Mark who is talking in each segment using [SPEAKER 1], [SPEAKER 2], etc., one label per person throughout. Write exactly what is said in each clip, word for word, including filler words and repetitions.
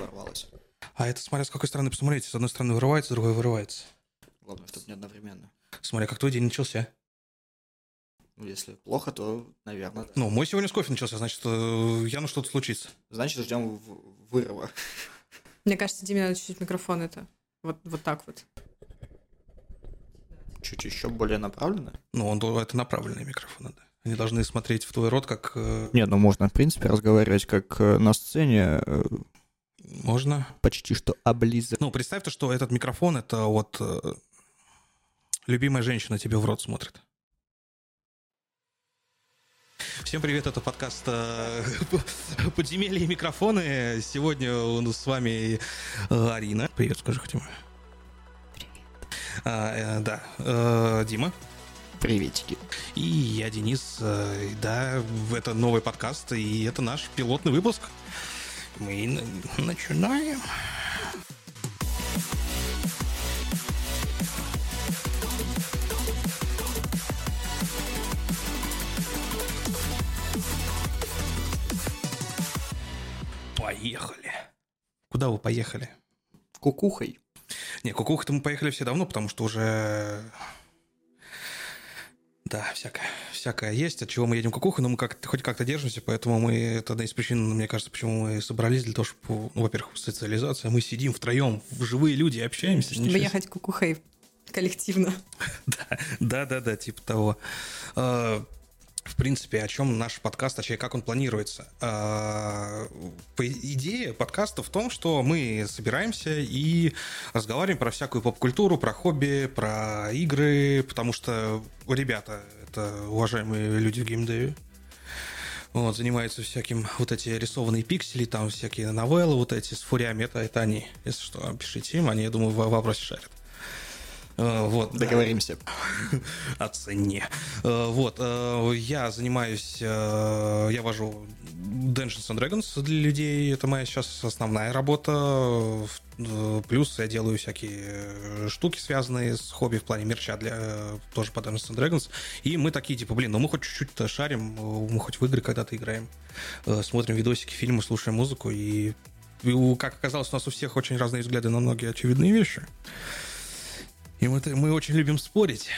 [SPEAKER 1] ворвалось.
[SPEAKER 2] А это смотря с какой стороны посмотреть. С одной стороны вырывается, с другой вырывается.
[SPEAKER 1] Главное, чтобы не одновременно.
[SPEAKER 2] Смотря как твой день начался.
[SPEAKER 1] Ну, если плохо, то, наверное.
[SPEAKER 2] Ну, мой сегодня с кофе начался, значит, явно что-то случится.
[SPEAKER 1] Значит, ждем вырыва.
[SPEAKER 3] Мне кажется, Диме надо чуть-чуть микрофон это. Вот, вот так вот.
[SPEAKER 1] Чуть еще более направленно?
[SPEAKER 2] Ну, он, это направленные микрофоны, да. Они должны смотреть в твой рот, как...
[SPEAKER 1] Не, ну можно, в принципе, разговаривать как на сцене.
[SPEAKER 2] Можно.
[SPEAKER 1] Почти что облизывать.
[SPEAKER 2] Ну, представь то, что этот микрофон, это вот любимая женщина тебе в рот смотрит. Всем привет, это подкаст «Подземелье и микрофоны». Сегодня у нас с вами Арина. Привет, скажи хотя бы.
[SPEAKER 3] Привет.
[SPEAKER 2] А, да, а, Дима.
[SPEAKER 1] Приветики.
[SPEAKER 2] И я, Денис. Да, это новый подкаст, и это наш пилотный выпуск. Мы начинаем. Поехали. Куда вы поехали?
[SPEAKER 1] Кукухой.
[SPEAKER 2] Не, кукухой-то мы поехали все давно, потому что уже... Да, всякое, всякое есть, от чего мы едем кукухой, но мы как хоть как-то держимся, поэтому мы, это одна из причин, мне кажется, почему мы собрались, для того, чтобы, ну, во-первых, социализация, мы сидим втроем, живые люди, общаемся.
[SPEAKER 3] Чтобы
[SPEAKER 2] ничего...
[SPEAKER 3] ехать кукухой коллективно.
[SPEAKER 2] Да, да, да, да, типа того. В принципе, о чем наш подкаст, точнее, как он планируется. По идее, подкаста в том, что мы собираемся и разговариваем про всякую поп-культуру, про хобби, про игры, потому что ребята, это уважаемые люди в геймдеве, вот, занимаются всяким, вот эти рисованные пиксели, там всякие новеллы вот эти с фурями, это, это они. Если что, пишите им, они, я думаю, в вопросе шарят. Вот,
[SPEAKER 1] договоримся.
[SPEAKER 2] О цене. Вот, я занимаюсь, я вожу Dungeons and Dragons для людей, это моя сейчас основная работа, плюс я делаю всякие штуки, связанные с хобби в плане мерча, для, тоже по Dungeons and Dragons, и мы такие, типа, блин, ну мы хоть чуть-чуть шарим, мы хоть в игры когда-то играем, смотрим видосики, фильмы, слушаем музыку, и, как оказалось, у нас у всех очень разные взгляды на многие очевидные вещи. И мы, мы очень любим спорить,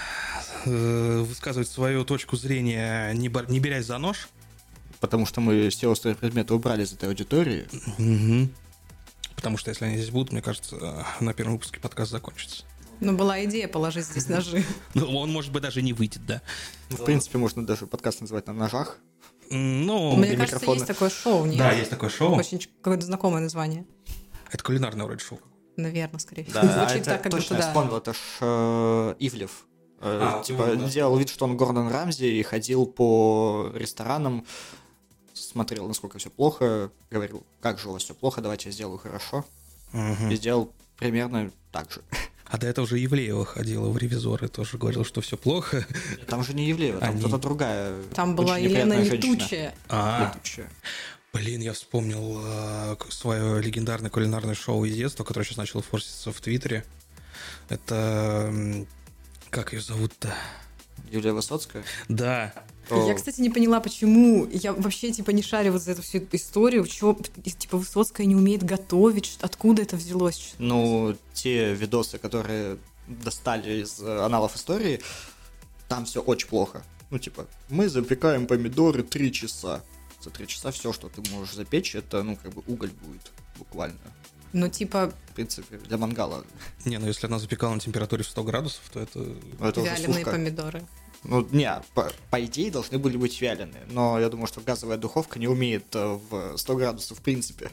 [SPEAKER 2] высказывать свою точку зрения, не, бор, не берясь за нож.
[SPEAKER 1] Потому что мы все острые предметы убрали из этой аудитории.
[SPEAKER 2] Угу. Потому что если они здесь будут, мне кажется, на первом выпуске подкаст закончится.
[SPEAKER 3] Ну, была идея положить здесь ножи.
[SPEAKER 2] Ну, он, может быть, даже не выйдет, да.
[SPEAKER 1] В принципе, можно даже подкаст называть на ножах.
[SPEAKER 2] Ну,
[SPEAKER 3] мне кажется, микрофоны. Есть такое шоу, нет?
[SPEAKER 2] Да, есть такое шоу.
[SPEAKER 3] Очень какое-то знакомое название.
[SPEAKER 2] Это кулинарное вроде шоу.
[SPEAKER 3] Наверное, скорее всего.
[SPEAKER 1] Да, звучит так, как точно, будто, я вспомнил, это ж э, Ивлев. Э, а, типа, да. Делал вид, что он Гордон Рамзи, и ходил по ресторанам, смотрел, насколько все плохо, говорил, как же у вас все плохо, давайте я сделаю хорошо. Угу. И сделал примерно так же.
[SPEAKER 2] А до этого уже Ивлеева ходила в ревизоры, тоже говорила, что все плохо.
[SPEAKER 1] Там же не Ивлеева, там Они... кто-то другая.
[SPEAKER 3] Там была Елена Летучая.
[SPEAKER 2] А, Летучая. Блин, я вспомнил э, свое легендарное кулинарное шоу из детства, которое сейчас начало форситься в Твиттере. Это... Э, как ее зовут-то?
[SPEAKER 1] Юлия Высоцкая?
[SPEAKER 2] Да.
[SPEAKER 3] Я, кстати, не поняла, почему. Я вообще, типа, не шарю вот за эту всю историю. Чего, типа, Высоцкая не умеет готовить? Откуда это взялось?
[SPEAKER 1] Ну, те видосы, которые достали из аналов истории, там все очень плохо. Ну, типа, мы запекаем помидоры три часа. За три часа все, что ты можешь запечь, это, ну, как бы уголь будет, буквально.
[SPEAKER 3] Ну, типа...
[SPEAKER 1] В принципе, для мангала.
[SPEAKER 2] Не, ну, если она запекала на температуре в сто градусов, то это...
[SPEAKER 1] это
[SPEAKER 3] вяленые помидоры.
[SPEAKER 1] Ну, не, по, по идее, должны были быть вяленые, но я думаю, что газовая духовка не умеет в сто градусов в принципе.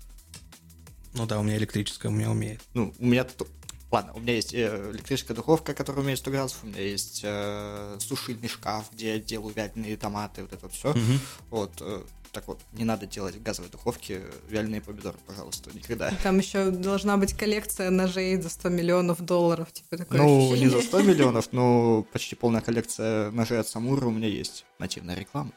[SPEAKER 2] Ну да, у меня электрическая, у меня умеет.
[SPEAKER 1] Ну, у меня... Ладно, у меня есть электрическая духовка, которая умеет сто градусов, у меня есть э, сушильный шкаф, где я делаю вяленые томаты, вот это вот все.
[SPEAKER 2] Угу.
[SPEAKER 1] Вот, э, так вот, не надо делать в газовой духовке вяленые помидоры, пожалуйста, никогда.
[SPEAKER 3] Там еще должна быть коллекция ножей за сто миллионов долларов, типа такое
[SPEAKER 1] Ну,
[SPEAKER 3] ощущение.
[SPEAKER 1] не за сто миллионов, но почти полная коллекция ножей от Самура у меня есть. Нативная реклама.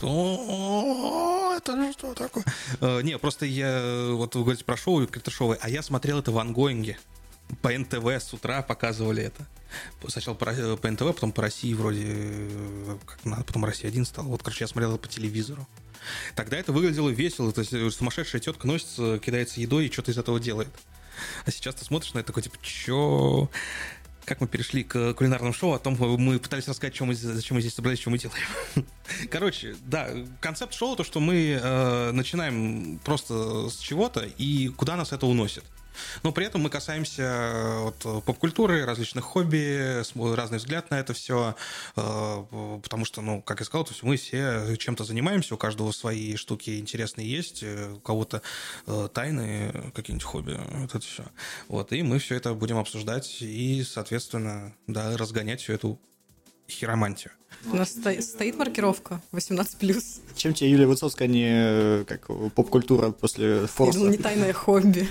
[SPEAKER 2] О, это что такое? Не, просто я, вот вы говорите про шоу, какие-то шоу, а я смотрел это в ангоинге. По эн тэ вэ с утра показывали это. Сначала по, по эн тэ вэ, потом по России вроде как надо, потом Россия один стал. Вот, короче, я смотрел это по телевизору. Тогда это выглядело весело, то есть сумасшедшая тетка носится, кидается едой и что-то из этого делает. А сейчас ты смотришь на это такой, типа, чё... Как мы перешли к кулинарному шоу, о том, мы пытались рассказать, чем мы, зачем мы здесь собрались, что мы делаем. Короче, да, концепт шоу то, что мы э, начинаем просто с чего-то, и куда нас это уносит. Но при этом мы касаемся вот, поп-культуры, различных хобби, разный взгляд на это все, э, потому что, ну, как я сказал, то есть мы все чем-то занимаемся, у каждого свои штуки интересные есть, у кого-то э, тайные какие-нибудь хобби, вот это все. Вот, и мы все это будем обсуждать и, соответственно, да, разгонять всю эту хиромантию.
[SPEAKER 3] У нас сто- стоит маркировка восемнадцать плюс.
[SPEAKER 1] Чем тебе Юлия Высоцкая не как поп-культура после Форса?
[SPEAKER 3] Не тайное хобби.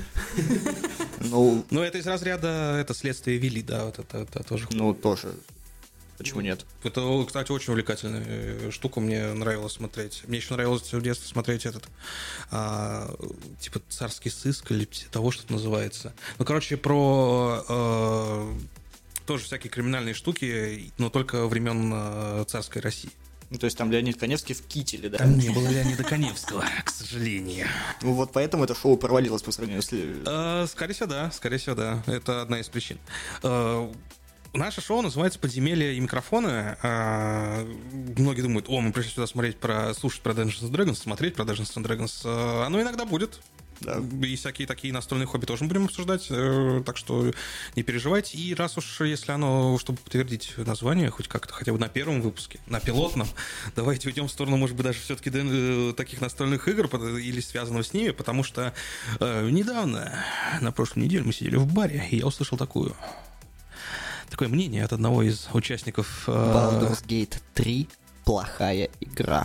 [SPEAKER 1] Ну,
[SPEAKER 2] ну, это из разряда, это следствие вели, да, вот это, это тоже.
[SPEAKER 1] Ну, тоже. Почему нет?
[SPEAKER 2] Это, кстати, очень увлекательная штука, мне нравилось смотреть. Мне еще нравилось в детстве смотреть этот, а, типа, «Царский сыск» или того, что это называется. Ну, короче, про... А, тоже всякие криминальные штуки, но только времен э, царской России.
[SPEAKER 1] Ну, то есть там Леонид Каневский в кителе, да?
[SPEAKER 2] Там не было Леонида Каневского, к сожалению.
[SPEAKER 1] Ну, вот поэтому это шоу провалилось по сравнению с...
[SPEAKER 2] Э, скорее всего, да. Скорее всего, да. Это одна из причин. Э, наше шоу называется «Подземелье и микрофоны». Э, многие думают, о, мы пришли сюда смотреть про... слушать про Dungeons and Dragons, смотреть про Dungeons and Dragons. Э, оно иногда будет. Да. И всякие такие настольные хобби тоже будем обсуждать, э, так что не переживайте. И раз уж, если оно, чтобы подтвердить название, хоть как-то, хотя бы на первом выпуске, на пилотном, давайте уйдем в сторону, может быть, даже все-таки э, таких настольных игр или связанного с ними, потому что э, недавно, на прошлой неделе, мы сидели в баре, и я услышал такую, такое мнение от одного из участников... Э,
[SPEAKER 1] Baldur's Gate три плохая игра.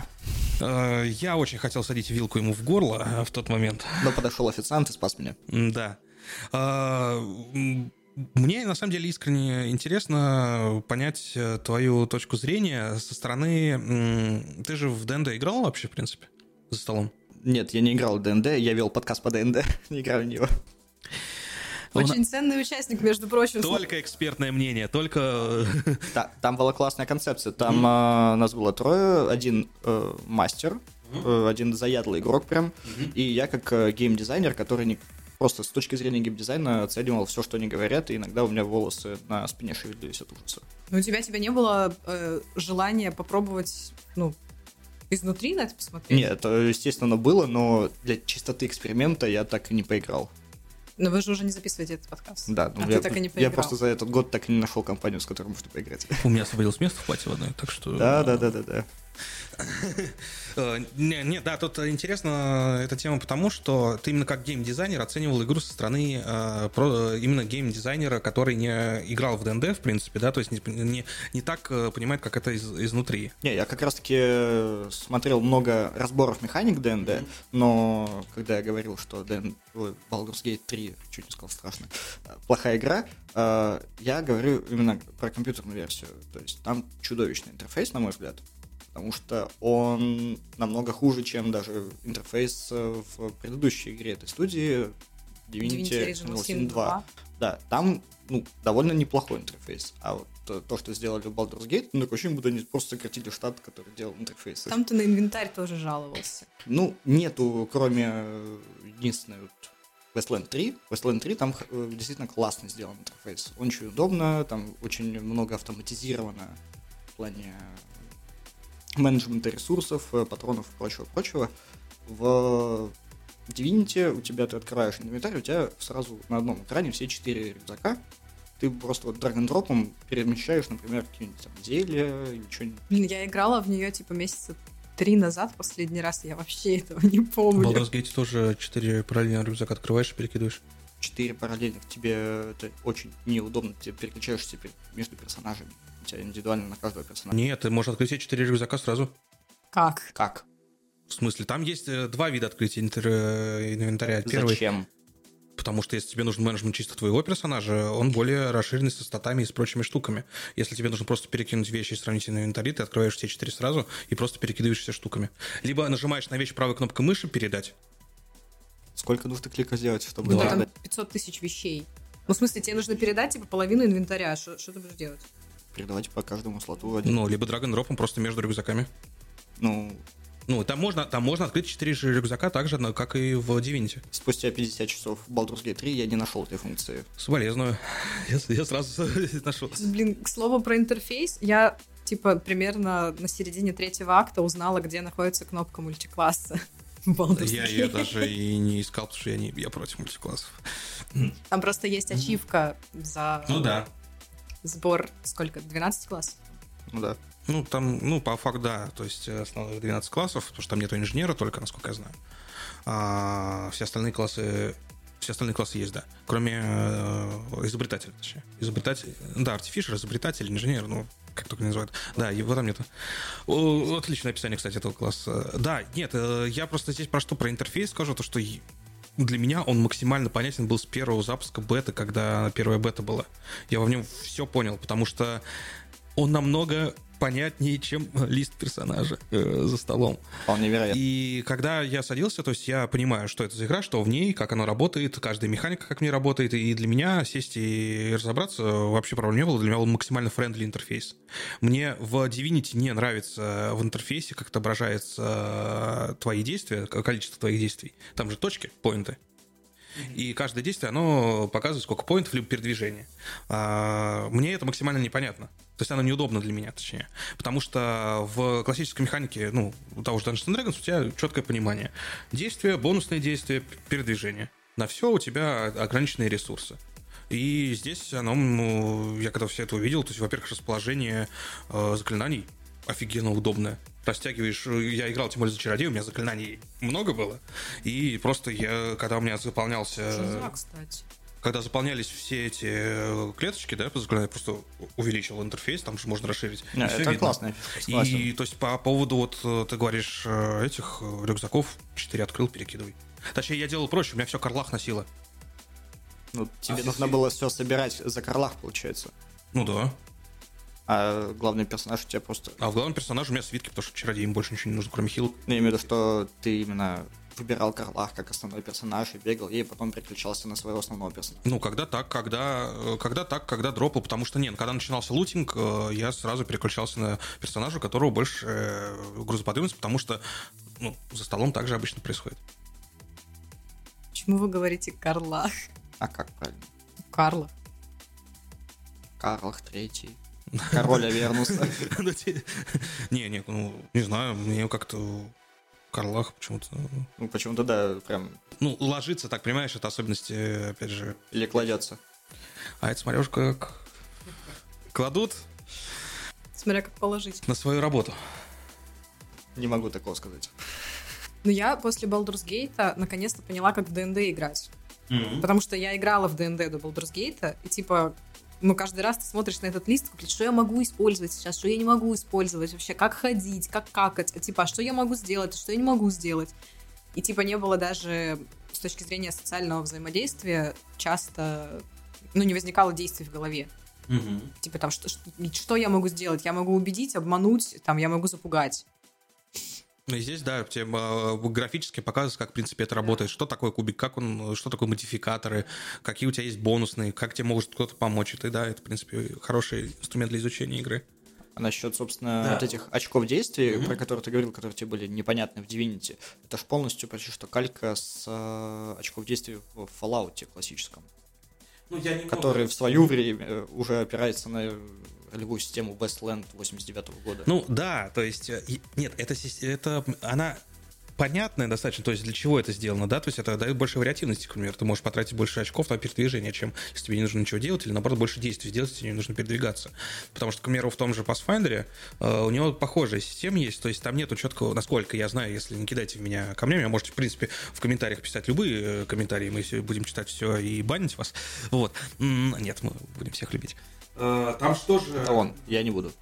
[SPEAKER 2] Я очень хотел садить вилку ему в горло в тот момент.
[SPEAKER 1] Но подошел официант и спас меня.
[SPEAKER 2] Да. Мне, на самом деле, искренне интересно понять твою точку зрения со стороны... Ты же в ди энд ди играл вообще, в принципе, за столом?
[SPEAKER 1] Нет, я не играл в ди энд ди, я вел подкаст по ди энд ди, не играл в него.
[SPEAKER 3] Очень Он... ценный участник, между прочим.
[SPEAKER 2] Только экспертное мнение, только...
[SPEAKER 1] Да, там была классная концепция. Там mm-hmm. э, нас было трое. Один э, мастер, mm-hmm. э, один заядлый игрок прям. Mm-hmm. И я как э, геймдизайнер, который не... просто с точки зрения геймдизайна оценивал все, что они говорят. И иногда у меня волосы на спине шевелились от ужаса.
[SPEAKER 3] Но у тебя, тебя не было э, желания попробовать, ну, изнутри на это посмотреть?
[SPEAKER 1] Нет, естественно, было, но для чистоты эксперимента я так и не поиграл.
[SPEAKER 3] Но вы же уже не записываете этот подкаст.
[SPEAKER 1] Да, ну
[SPEAKER 3] а
[SPEAKER 1] я,
[SPEAKER 3] ты так и не поиграл.
[SPEAKER 1] Я просто за этот год так и не нашел компанию, с которой можно поиграть.
[SPEAKER 2] У меня освободилось место в платье в одной, так что...
[SPEAKER 1] Да, да, да, да, да.
[SPEAKER 2] Не, не, да, тут интересна эта тема потому, что ты именно как геймдизайнер оценивал игру со стороны э, про, именно геймдизайнера, который не играл в ди энд ди, в принципе, да, то есть не, не, не так э, понимает, как это из, изнутри.
[SPEAKER 1] Не, я как раз-таки смотрел много разборов механик ди энд ди, mm-hmm. но когда я говорил, что ди энд ди, Baldur's Gate три, чуть не сказал страшно, плохая игра, э, я говорю именно про компьютерную версию, то есть там чудовищный интерфейс, на мой взгляд. Потому что он намного хуже, чем даже интерфейс в предыдущей игре этой студии Divinity Original Sin два. Да, там ну, довольно неплохой интерфейс. А вот то, что сделали в Baldur's Gate, ну, такое ощущение, будто они просто сократили штат, который делал интерфейсы.
[SPEAKER 3] Там ты на инвентарь тоже жаловался.
[SPEAKER 1] Ну, нету, кроме единственной вот Wasteland три. Wasteland три, там действительно классно сделан интерфейс. Он очень удобно, там очень много автоматизировано в плане менеджмента ресурсов, патронов и прочего-прочего. В Divinity у тебя, ты открываешь инвентарь, у тебя сразу на одном экране все четыре рюкзака. Ты просто вот драг-н-дропом перемещаешь, например, какие-нибудь там зелья или что-нибудь.
[SPEAKER 3] Блин, я играла в нее типа месяца три назад последний раз, я вообще этого не помню.
[SPEAKER 2] В Baldur's Gate тоже четыре параллельно рюкзака открываешь и перекидываешь.
[SPEAKER 1] Четыре параллельных, тебе это очень неудобно, ты переключаешься между персонажами. У тебя индивидуально на каждого персонажа.
[SPEAKER 2] Нет, ты можешь открыть все четыре рюкзака сразу.
[SPEAKER 3] Как?
[SPEAKER 1] Как?
[SPEAKER 2] В смысле, там есть два вида открытия инвентаря. Первый...
[SPEAKER 1] Зачем?
[SPEAKER 2] Потому что если тебе нужен менеджмент чисто твоего персонажа, он более расширенный со статами и с прочими штуками. Если тебе нужно просто перекинуть вещи и сравнить инвентарь, ты открываешь все четыре сразу и просто перекидываешь все штуками. Либо нажимаешь на вещь правой кнопкой мыши «Передать».
[SPEAKER 1] Сколько нужно кликов сделать, чтобы...
[SPEAKER 3] Ну, да, там пятьсот тысяч вещей. Ну, в смысле, тебе нужно передать, типа, половину инвентаря. Что ты будешь делать?
[SPEAKER 1] Передавать по каждому слоту один.
[SPEAKER 2] Ну, либо драг-н-дропом просто между рюкзаками.
[SPEAKER 1] Ну,
[SPEAKER 2] Ну, там можно, там можно открыть четыре рюкзака так же, как и в Divinity.
[SPEAKER 1] Спустя пятьдесят часов в Baldur's Gate три я не нашел этой функции.
[SPEAKER 2] Соболезную. Я, я сразу нашел.
[SPEAKER 3] Блин, к слову про интерфейс, я типа примерно на середине третьего акта узнала, где находится кнопка мультикласса.
[SPEAKER 2] Я ее даже и не искал, потому что я, не, я против мультиклассов.
[SPEAKER 3] Там просто есть ачивка за
[SPEAKER 2] ну, да.
[SPEAKER 3] сбор, сколько, двенадцать классов?
[SPEAKER 1] Ну да.
[SPEAKER 2] Ну, там, ну, по факту, да, то есть основных двенадцать классов, потому что там нету инженера только, насколько я знаю. А все остальные классы, все остальные классы есть, да. Кроме э, изобретателя, точнее. Изобретатель, да, артифишер, изобретатель, инженер, ну, как только не называют. Да, его там нету. О, отличное описание, кстати, этого класса. Да, нет, я просто здесь про что, про интерфейс скажу, то, что для меня он максимально понятен был с первого запуска беты, когда первая бета была. Я в нем все понял, потому что он намного понятнее, чем лист персонажа э, за столом.
[SPEAKER 1] Вполне вероятно.
[SPEAKER 2] И когда я садился, то есть я понимаю, что это за игра, что в ней, как она работает, каждая механика как в ней работает, и для меня сесть и разобраться вообще проблем не было. Для меня был максимально френдли интерфейс. Мне в Divinity не нравится в интерфейсе, как отображаются твои действия, количество твоих действий. Там же точки, поинты. И каждое действие, оно показывает, сколько поинтов, либо передвижения. А, мне это максимально непонятно. То есть оно неудобно для меня, точнее. Потому что в классической механике, ну, у того же Dungeons and Dragons у тебя четкое понимание. Действия, бонусные действия, передвижение. На все у тебя ограниченные ресурсы. И здесь оно, ну, я когда все это увидел, то есть, во-первых, расположение э, заклинаний офигенно удобное. Растягиваешь, я играл тем более за чародея, у меня заклинаний много было, и просто я, когда у меня заполнялся...
[SPEAKER 3] Шиза, кстати.
[SPEAKER 2] Когда заполнялись все эти клеточки, да, по заклинанию, просто увеличил интерфейс, там же можно расширить.
[SPEAKER 1] Не, это классно.
[SPEAKER 2] И, то есть, по поводу, вот, ты говоришь, этих рюкзаков, четыре открыл, перекидывай. Точнее, я делал проще, у меня все Карлах носило.
[SPEAKER 1] Ну, тебе а нужно было все собирать за Карлах, получается.
[SPEAKER 2] Ну да.
[SPEAKER 1] А главный персонаж у тебя просто...
[SPEAKER 2] А в главном персонаже у меня свитки, потому что чародеям больше ничего не нужно, кроме хилок.
[SPEAKER 1] Ну, я имею в виду, что ты именно выбирал Карлах как основной персонаж и бегал, и потом переключался на своего основного персонажа.
[SPEAKER 2] Ну, когда так, когда, когда так, когда дропал, потому что, нет, когда начинался лутинг, я сразу переключался на персонажа, у которого больше грузоподъемность, потому что, ну, за столом так же обычно происходит.
[SPEAKER 3] Почему вы говорите Карлах?
[SPEAKER 1] А как правильно?
[SPEAKER 3] Карлах.
[SPEAKER 1] Карлах третий. Король Авернуса.
[SPEAKER 2] Не, не, ну, не знаю, мне как-то Карлах почему-то...
[SPEAKER 1] Ну, почему-то, да, прям...
[SPEAKER 2] Ну, ложится, так, понимаешь, это особенности, опять же...
[SPEAKER 1] Или кладется.
[SPEAKER 2] А это смотришь, как кладут...
[SPEAKER 3] Смотря как положить.
[SPEAKER 2] На свою работу.
[SPEAKER 1] Не могу такого сказать.
[SPEAKER 3] Но я после Baldur's Gate наконец-то поняла, как в ди энд ди играть.
[SPEAKER 2] Mm-hmm.
[SPEAKER 3] Потому что я играла в ди энд ди до Baldur's Gate, и типа... Ну, каждый раз ты смотришь на этот лист, что я могу использовать сейчас, что я не могу использовать, вообще, как ходить, как какать, а, типа, а что я могу сделать, а что я не могу сделать. И, типа, не было даже с точки зрения социального взаимодействия часто, ну, не возникало действий в голове.
[SPEAKER 2] Угу.
[SPEAKER 3] Типа, там, что, что я могу сделать? Я могу убедить, обмануть, там, я могу запугать.
[SPEAKER 2] Ну и здесь, да, тебе графически показывается, как, в принципе, это работает. Что такое кубик, как он, что такое модификаторы, какие у тебя есть бонусные, как тебе может кто-то помочь. И ты, да, это, в принципе, хороший инструмент для изучения игры.
[SPEAKER 1] А насчет, собственно,
[SPEAKER 2] да.
[SPEAKER 1] вот этих очков действий, mm-hmm. про которые ты говорил, которые тебе были непонятны в Divinity, это же полностью почти что калька с э, очков действий в Fallout классическом. Ну, я не который могу. В свое время уже опирается на ролевую систему Westland восемьдесят девятого года.
[SPEAKER 2] Ну да, то есть, нет, это, это она понятная достаточно, то есть для чего это сделано, да, то есть это дает больше вариативности, к примеру, ты можешь потратить больше очков на передвижение, чем если тебе не нужно ничего делать, или наоборот больше действий сделать, если тебе не нужно передвигаться. Потому что, к примеру, в том же Pathfinder э, у него похожая система есть, то есть там нету четкого, насколько я знаю, если не кидайте в меня камнями, вы можете, в принципе, в комментариях писать любые комментарии, мы будем читать все и банить вас, вот. Нет, мы будем всех любить. Там что же...
[SPEAKER 1] А вон, я не буду.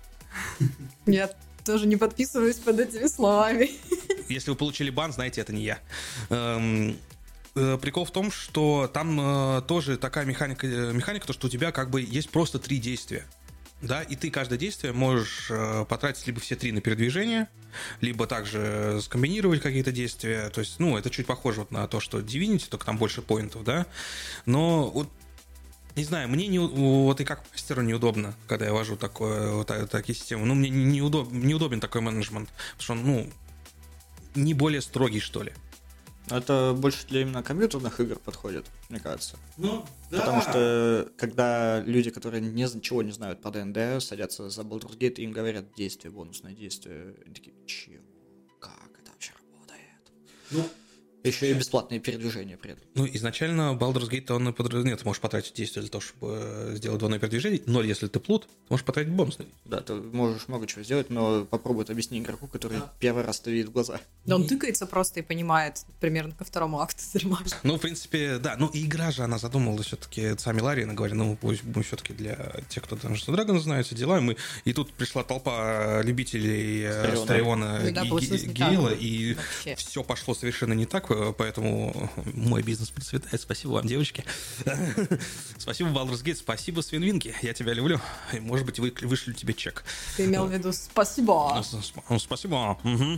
[SPEAKER 3] Я тоже не подписываюсь под этими словами.
[SPEAKER 2] Если вы получили бан, знаете, это не я. Эм, э, прикол в том, что там э, тоже такая механика, механика, то, что у тебя как бы есть просто три действия. Да, и ты каждое действие можешь э, потратить либо все три на передвижение, либо также скомбинировать какие-то действия. То есть, ну, это чуть похоже вот на то, что Divinity, только там больше поинтов, да. Но вот не знаю, мне не, вот и как мастеру неудобно, когда я вожу такое, вот, такие системы. Ну, мне неудоб, неудобен такой менеджмент. Потому что, ну, не более строгий, что ли.
[SPEAKER 1] Это больше для именно компьютерных игр подходит, мне кажется.
[SPEAKER 2] Ну, да.
[SPEAKER 1] Потому что когда люди, которые ничего не знают по ДНД, садятся за Baldur's Gate, им говорят действие, бонусное действие. Они такие, чего? Как это вообще работает?
[SPEAKER 2] Ну,
[SPEAKER 1] еще и бесплатные передвижения при этом.
[SPEAKER 2] Ну, изначально Baldur's Gate, он под... нет, ты можешь потратить действие для того, чтобы сделать двойное передвижение, но если ты плут, ты можешь потратить бонусный.
[SPEAKER 1] Да, ты можешь много чего сделать, но попробуй объясни игроку, который да. первый раз ты видит в глаза.
[SPEAKER 3] Да он тыкается просто и понимает примерно ко второму акту.
[SPEAKER 2] Ну, в принципе, да. Ну, и игра же, она задумывалась все-таки, сами Ларина говорит, ну, мы все-таки для тех, кто Dungeons and Dragons знает все дела, мы... и тут пришла толпа любителей Стариона ну, да, Гейла, и вообще. Все пошло совершенно не так, поэтому мой бизнес процветает. Спасибо вам, девочки. Спасибо, Baldur's Gate, спасибо, Свинвинки, я тебя люблю. Может быть, вы, вышлю тебе чек.
[SPEAKER 3] Ты имел в виду спасибо.
[SPEAKER 2] Спасибо. Угу.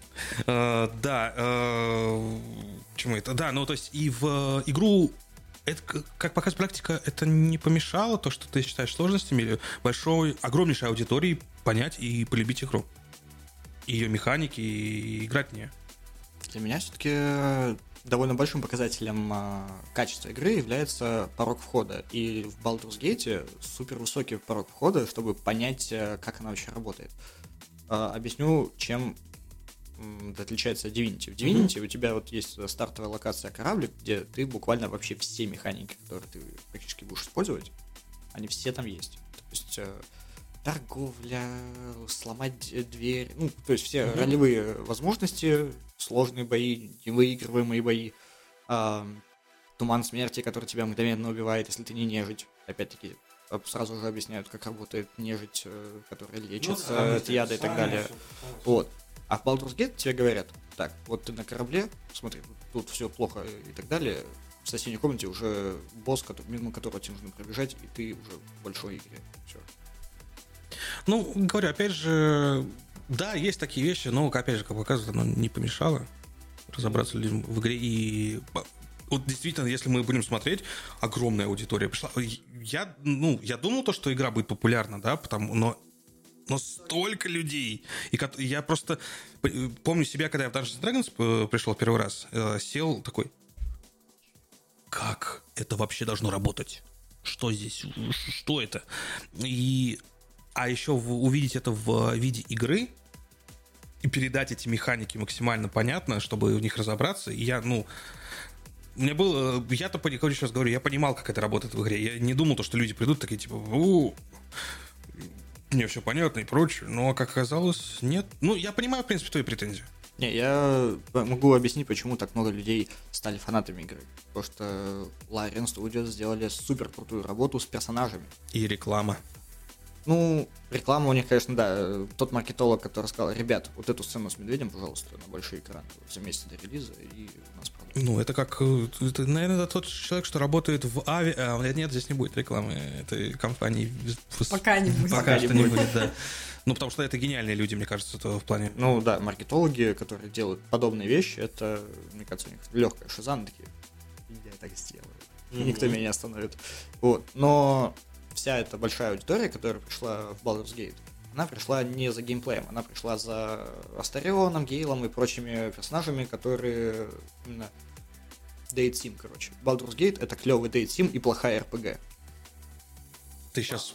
[SPEAKER 2] Uh, да, uh, чему это? Да, ну то есть и в uh, игру, это, как показывает практика, это не помешало то, что ты считаешь сложностями или большой, огромнейшей аудитории понять и полюбить игру. Ее механики и играть в нее.
[SPEAKER 1] Для меня все-таки довольно большим показателем э, качества игры является порог входа. И в Baldur's Gate супер высокий порог входа, чтобы понять, э, как она вообще работает. Э, объясню, чем это отличается от Divinity. В Divinity mm-hmm. у тебя вот есть стартовая локация кораблик, где ты буквально вообще все механики, которые ты практически будешь использовать, они все там есть. То есть э, торговля, сломать дверь, ну, то есть все mm-hmm. ролевые возможности, сложные бои, невыигрываемые бои, э, туман смерти, который тебя мгновенно убивает, если ты не нежить. Опять-таки, сразу же объясняют, как работает нежить, которая лечится ну, от яда и так далее. Вот. А в Baldur's Gate тебе говорят, так, вот ты на корабле, смотри, тут все плохо и так далее, в соседней комнате уже босс, который, мимо которого тебе нужно пробежать, и ты уже в большой игре. Все.
[SPEAKER 2] Ну, говорю, опять же, да, есть такие вещи, но, опять же, как показывает, оно не помешало разобраться людям в игре. И вот действительно, если мы будем смотреть, огромная аудитория пришла. Я, ну, я думал то, что игра будет популярна, да, потому, но Но столько людей. И я просто помню себя, когда я в Dungeons and Dragons пришел первый раз, сел такой, как это вообще должно работать? Что здесь? Что это? И, а еще увидеть это в виде игры и передать эти механики максимально понятно, чтобы в них разобраться. И я, ну... Мне было... Я-то, сейчас говорю, я понимал, как это работает в игре. Я не думал, то, что люди придут такие, типа... У-у-у. Мне все понятно и прочее, но, как оказалось, нет. Ну, я понимаю, в принципе, твои претензии.
[SPEAKER 1] Не, я могу объяснить, почему так много людей стали фанатами игры. Потому что Larian Studios сделали супер крутую работу с персонажами.
[SPEAKER 2] И реклама.
[SPEAKER 1] Ну, реклама у них, конечно, да. Тот маркетолог, который сказал, ребят, вот эту сцену с медведем, пожалуйста, на большой экран за месяц до релиза, и у нас продают.
[SPEAKER 2] Ну, это как, это, наверное, это тот человек, что работает в Ави... А, нет, здесь не будет рекламы этой компании.
[SPEAKER 3] Пока не будет.
[SPEAKER 2] Пока что не будет, да. Ну, потому что это гениальные люди, мне кажется, это в плане...
[SPEAKER 1] Ну, да, маркетологи, которые делают подобные вещи, это, мне кажется, у них легкая шиза, такие, я так сделаю, mm-hmm. никто меня не остановит. Вот, но вся эта большая аудитория, которая пришла в Baldur's Gate, она пришла не за геймплеем, она пришла за Астарионом, Гейлом и прочими персонажами, которые именно Date Sim, короче. Baldur's Gate — это клевый Date Sim и плохая эр пи джи.
[SPEAKER 2] Ты сейчас...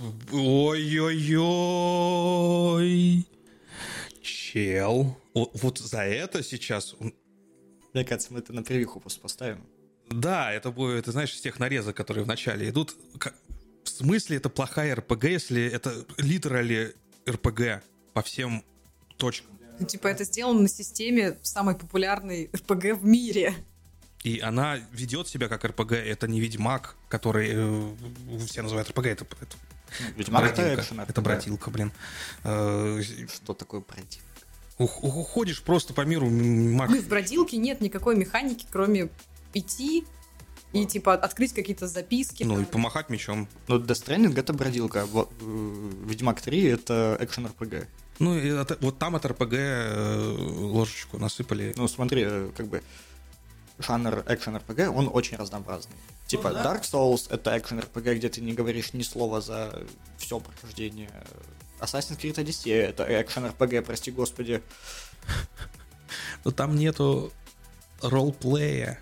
[SPEAKER 2] Ой-ой-ой! Чел. Вот за это сейчас...
[SPEAKER 1] Мне кажется, мы это на превьюху просто поставим.
[SPEAKER 2] Да, это будет, ты знаешь, из тех нарезок, которые в начале идут. В смысле это плохая эр пи джи, если это literally эр пи джи по всем точкам?
[SPEAKER 3] Ну, типа это сделано на системе самой популярной эр пи джи в мире.
[SPEAKER 2] И она ведет себя как эр пи джи. Это не Ведьмак, который э, все называют эр пи джи. Это, это
[SPEAKER 1] Ведьмак — это
[SPEAKER 2] экшен. Это братилка, блин. Э,
[SPEAKER 1] Что такое бродилка?
[SPEAKER 2] Уходишь просто по миру. Маг...
[SPEAKER 3] Ну, в бродилке нет никакой механики, кроме идти и, типа, открыть какие-то записки.
[SPEAKER 2] Ну,
[SPEAKER 3] там.
[SPEAKER 2] и помахать мечом.
[SPEAKER 1] Ну, Death Stranding — это бродилка, а Ведьмак три — это экшен эр пи джи.
[SPEAKER 2] Ну, это, вот там от эр пи джи ложечку насыпали.
[SPEAKER 1] Ну, смотри, как бы жанр экшен эр пи джи, он очень разнообразный. Типа, ну, да. Dark Souls — это экшен эр пи джи, где ты не говоришь ни слова за все прохождение. Assassin's Creed Odyssey — это экшен эр пи джи, прости господи.
[SPEAKER 2] но там нету ролплея.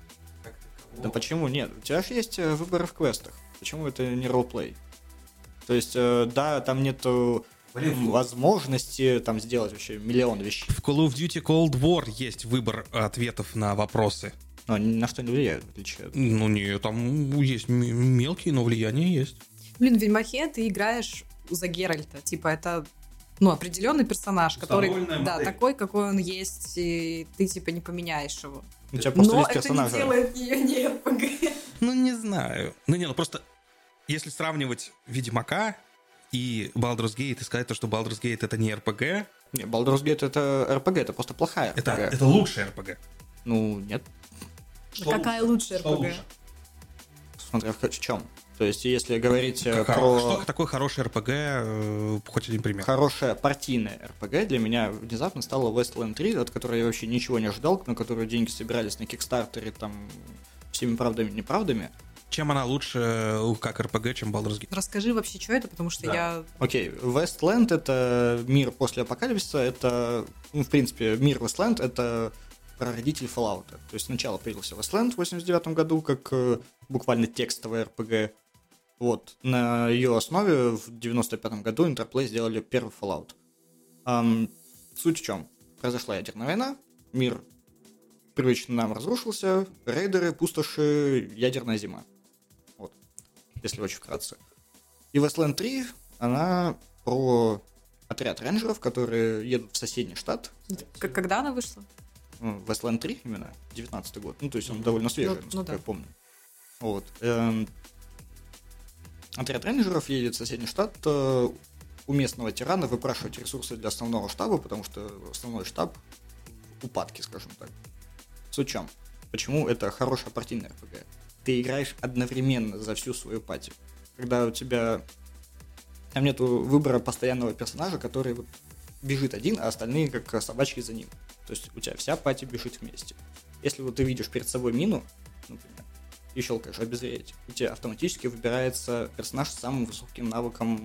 [SPEAKER 1] Да почему нет? У тебя же есть выборы в квестах. Почему это не ролплей? То есть, да, там нету возможности там сделать вообще миллион вещей.
[SPEAKER 2] В Call of Duty Cold War есть выбор ответов на вопросы.
[SPEAKER 1] Но они на что не влияют, в отличие от...
[SPEAKER 2] Ну, не, там есть м- мелкие, но влияние есть.
[SPEAKER 3] Блин, в Ведьмаке ты играешь за Геральта. Типа, это, ну, определенный персонаж, который, да, такой, какой он есть, и ты, типа, не поменяешь его.
[SPEAKER 1] У тебя просто
[SPEAKER 3] но
[SPEAKER 1] есть
[SPEAKER 3] это
[SPEAKER 1] персонажа.
[SPEAKER 3] не делает ее не эр пи джи.
[SPEAKER 2] Ну, не знаю. Ну, не, ну, просто если сравнивать Ведьмака и Baldur's Gate и сказать то, что Baldur's Gate это не эр пи джи...
[SPEAKER 1] Не, Baldur's Gate это эр пи джи, это просто плохая эр пи джи.
[SPEAKER 2] Это, это лучшая эр пи джи.
[SPEAKER 1] Ну, нет.
[SPEAKER 3] Что Какая лучше эр пи джи?
[SPEAKER 1] Смотря в чем. То есть, если говорить
[SPEAKER 2] как,
[SPEAKER 1] про...
[SPEAKER 2] Что такое хороший эр пи джи, э, хоть один пример.
[SPEAKER 1] Хорошая партийная эр пи джи для меня внезапно стала Wasteland три, от которой я вообще ничего не ожидал, на которую деньги собирались на Кикстартере, там, всеми правдами и неправдами.
[SPEAKER 2] Чем она лучше как эр пи джи, чем Baldur's Gate?
[SPEAKER 3] Расскажи вообще, что это, потому что да. я...
[SPEAKER 1] Окей, okay. Wasteland — это мир после апокалипсиса, это, ну, в принципе, мир Wasteland — это прародитель Fallout. То есть сначала появился Wasteland в восемьдесят девятом году, как э, буквально текстовая эр пи джи. Вот, на ее основе в девяносто пятом году Interplay сделали первый Fallout. Um, суть в чем? Произошла ядерная война, мир привычно нам разрушился, рейдеры, пустоши, ядерная зима. Вот, если очень вкратце. И Wasteland три, она про отряд рейнджеров, которые едут в соседний штат.
[SPEAKER 3] Как, когда она вышла?
[SPEAKER 1] Wasteland три именно, девятнадцатый год. Ну, то есть он довольно свежий,
[SPEAKER 3] ну,
[SPEAKER 1] насколько
[SPEAKER 3] ну, да.
[SPEAKER 1] я помню. Вот. Эм, Отряд рейнджеров едет в соседний штат, э, у местного тирана выпрашивать ресурсы для основного штаба, потому что основной штаб в упадке, скажем так. Суть в чем? Почему это хорошая партийная эр пи джи? Ты играешь одновременно за всю свою пати. Когда у тебя... Там нету выбора постоянного персонажа, который вот бежит один, а остальные как собачки за ним. То есть у тебя вся пати бежит вместе. Если вот ты видишь перед собой мину, например, и щелкаешь обезвредить, у тебя автоматически выбирается персонаж с самым высоким навыком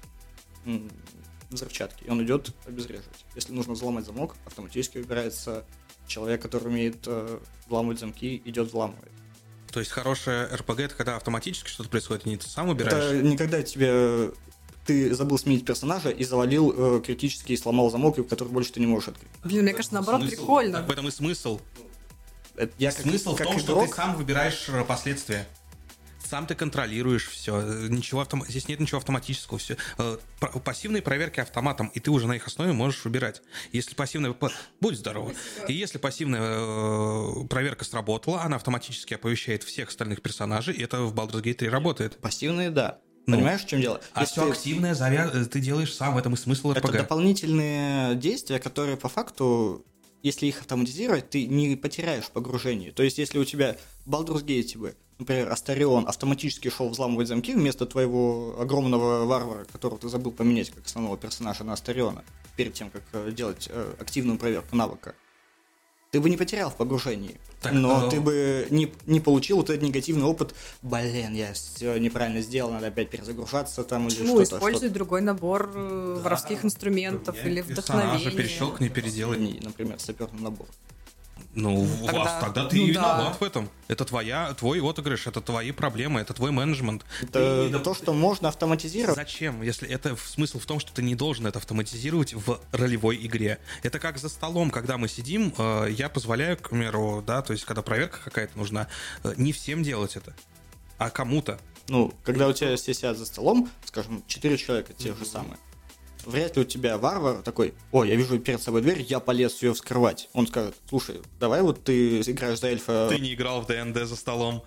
[SPEAKER 1] м- взрывчатки, и он идет обезвреживать. Если нужно взломать замок, автоматически выбирается человек, который умеет э, взламывать замки, идет взламывает.
[SPEAKER 2] То есть хорошая эр пи джи — это когда автоматически что-то происходит, и не ты сам выбираешь?
[SPEAKER 1] Это не когда тебе... Ты забыл сменить персонажа и завалил э, критически и сломал замок, который больше ты не можешь открыть.
[SPEAKER 3] Блин, мне кажется, наоборот,
[SPEAKER 2] смысл,
[SPEAKER 3] прикольно.
[SPEAKER 2] В этом и смысл.
[SPEAKER 1] Это я как,
[SPEAKER 2] Смысл
[SPEAKER 1] как
[SPEAKER 2] в том,
[SPEAKER 1] игрок...
[SPEAKER 2] что ты сам выбираешь последствия. Сам ты контролируешь все. Ничего автом... Здесь нет ничего автоматического. Все. Пассивные проверки автоматом, и ты уже на их основе можешь выбирать. Если пассивная... Будь здорова. И если пассивная проверка сработала, она автоматически оповещает всех остальных персонажей, и это в Baldur's Gate три работает.
[SPEAKER 1] Пассивные, да.
[SPEAKER 2] Ну,
[SPEAKER 1] понимаешь, в чем дело?
[SPEAKER 2] А если все ты... активное заря... ты делаешь сам, в этом и смысл эр пи джи.
[SPEAKER 1] Это дополнительные действия, которые по факту, если их автоматизировать, ты не потеряешь погружение. То есть, если у тебя в Baldur's Gate бы, например, Астарион автоматически шел взламывать замки вместо твоего огромного варвара, которого ты забыл поменять как основного персонажа на Астариона, перед тем, как делать активную проверку навыка, ты бы не потерял в погружении. Так, но ну... ты бы не, не получил вот этот негативный опыт. Блин, я все неправильно сделал, надо опять перезагружаться там или
[SPEAKER 3] ну,
[SPEAKER 1] что-то.
[SPEAKER 3] Используй
[SPEAKER 1] что-то.
[SPEAKER 3] другой набор да, воровских инструментов или вдохновение.
[SPEAKER 2] Перещелкни, переделай.
[SPEAKER 1] Например, саперный набор.
[SPEAKER 2] Ну, тогда, тогда ты
[SPEAKER 3] ну,
[SPEAKER 2] и виноват
[SPEAKER 3] да.
[SPEAKER 2] в этом. Это твоя, твой отыгрыш, это твои проблемы, это твой менеджмент.
[SPEAKER 1] Это
[SPEAKER 2] ты...
[SPEAKER 1] то, что можно автоматизировать.
[SPEAKER 2] Зачем? Если это смысл в том, что ты не должен это автоматизировать в ролевой игре. Это как за столом, когда мы сидим, я позволяю, к примеру, да, то есть когда проверка какая-то нужна, не всем делать это, а кому-то.
[SPEAKER 1] Ну, когда у тебя все сидят за столом, скажем, четыре человека, те mm-hmm. же самые, вряд ли у тебя варвар такой: о, я вижу перед собой дверь, я полез ее вскрывать. Он скажет: слушай, давай вот ты играешь за эльфа...
[SPEAKER 2] Ты не играл в ди энд ди за столом.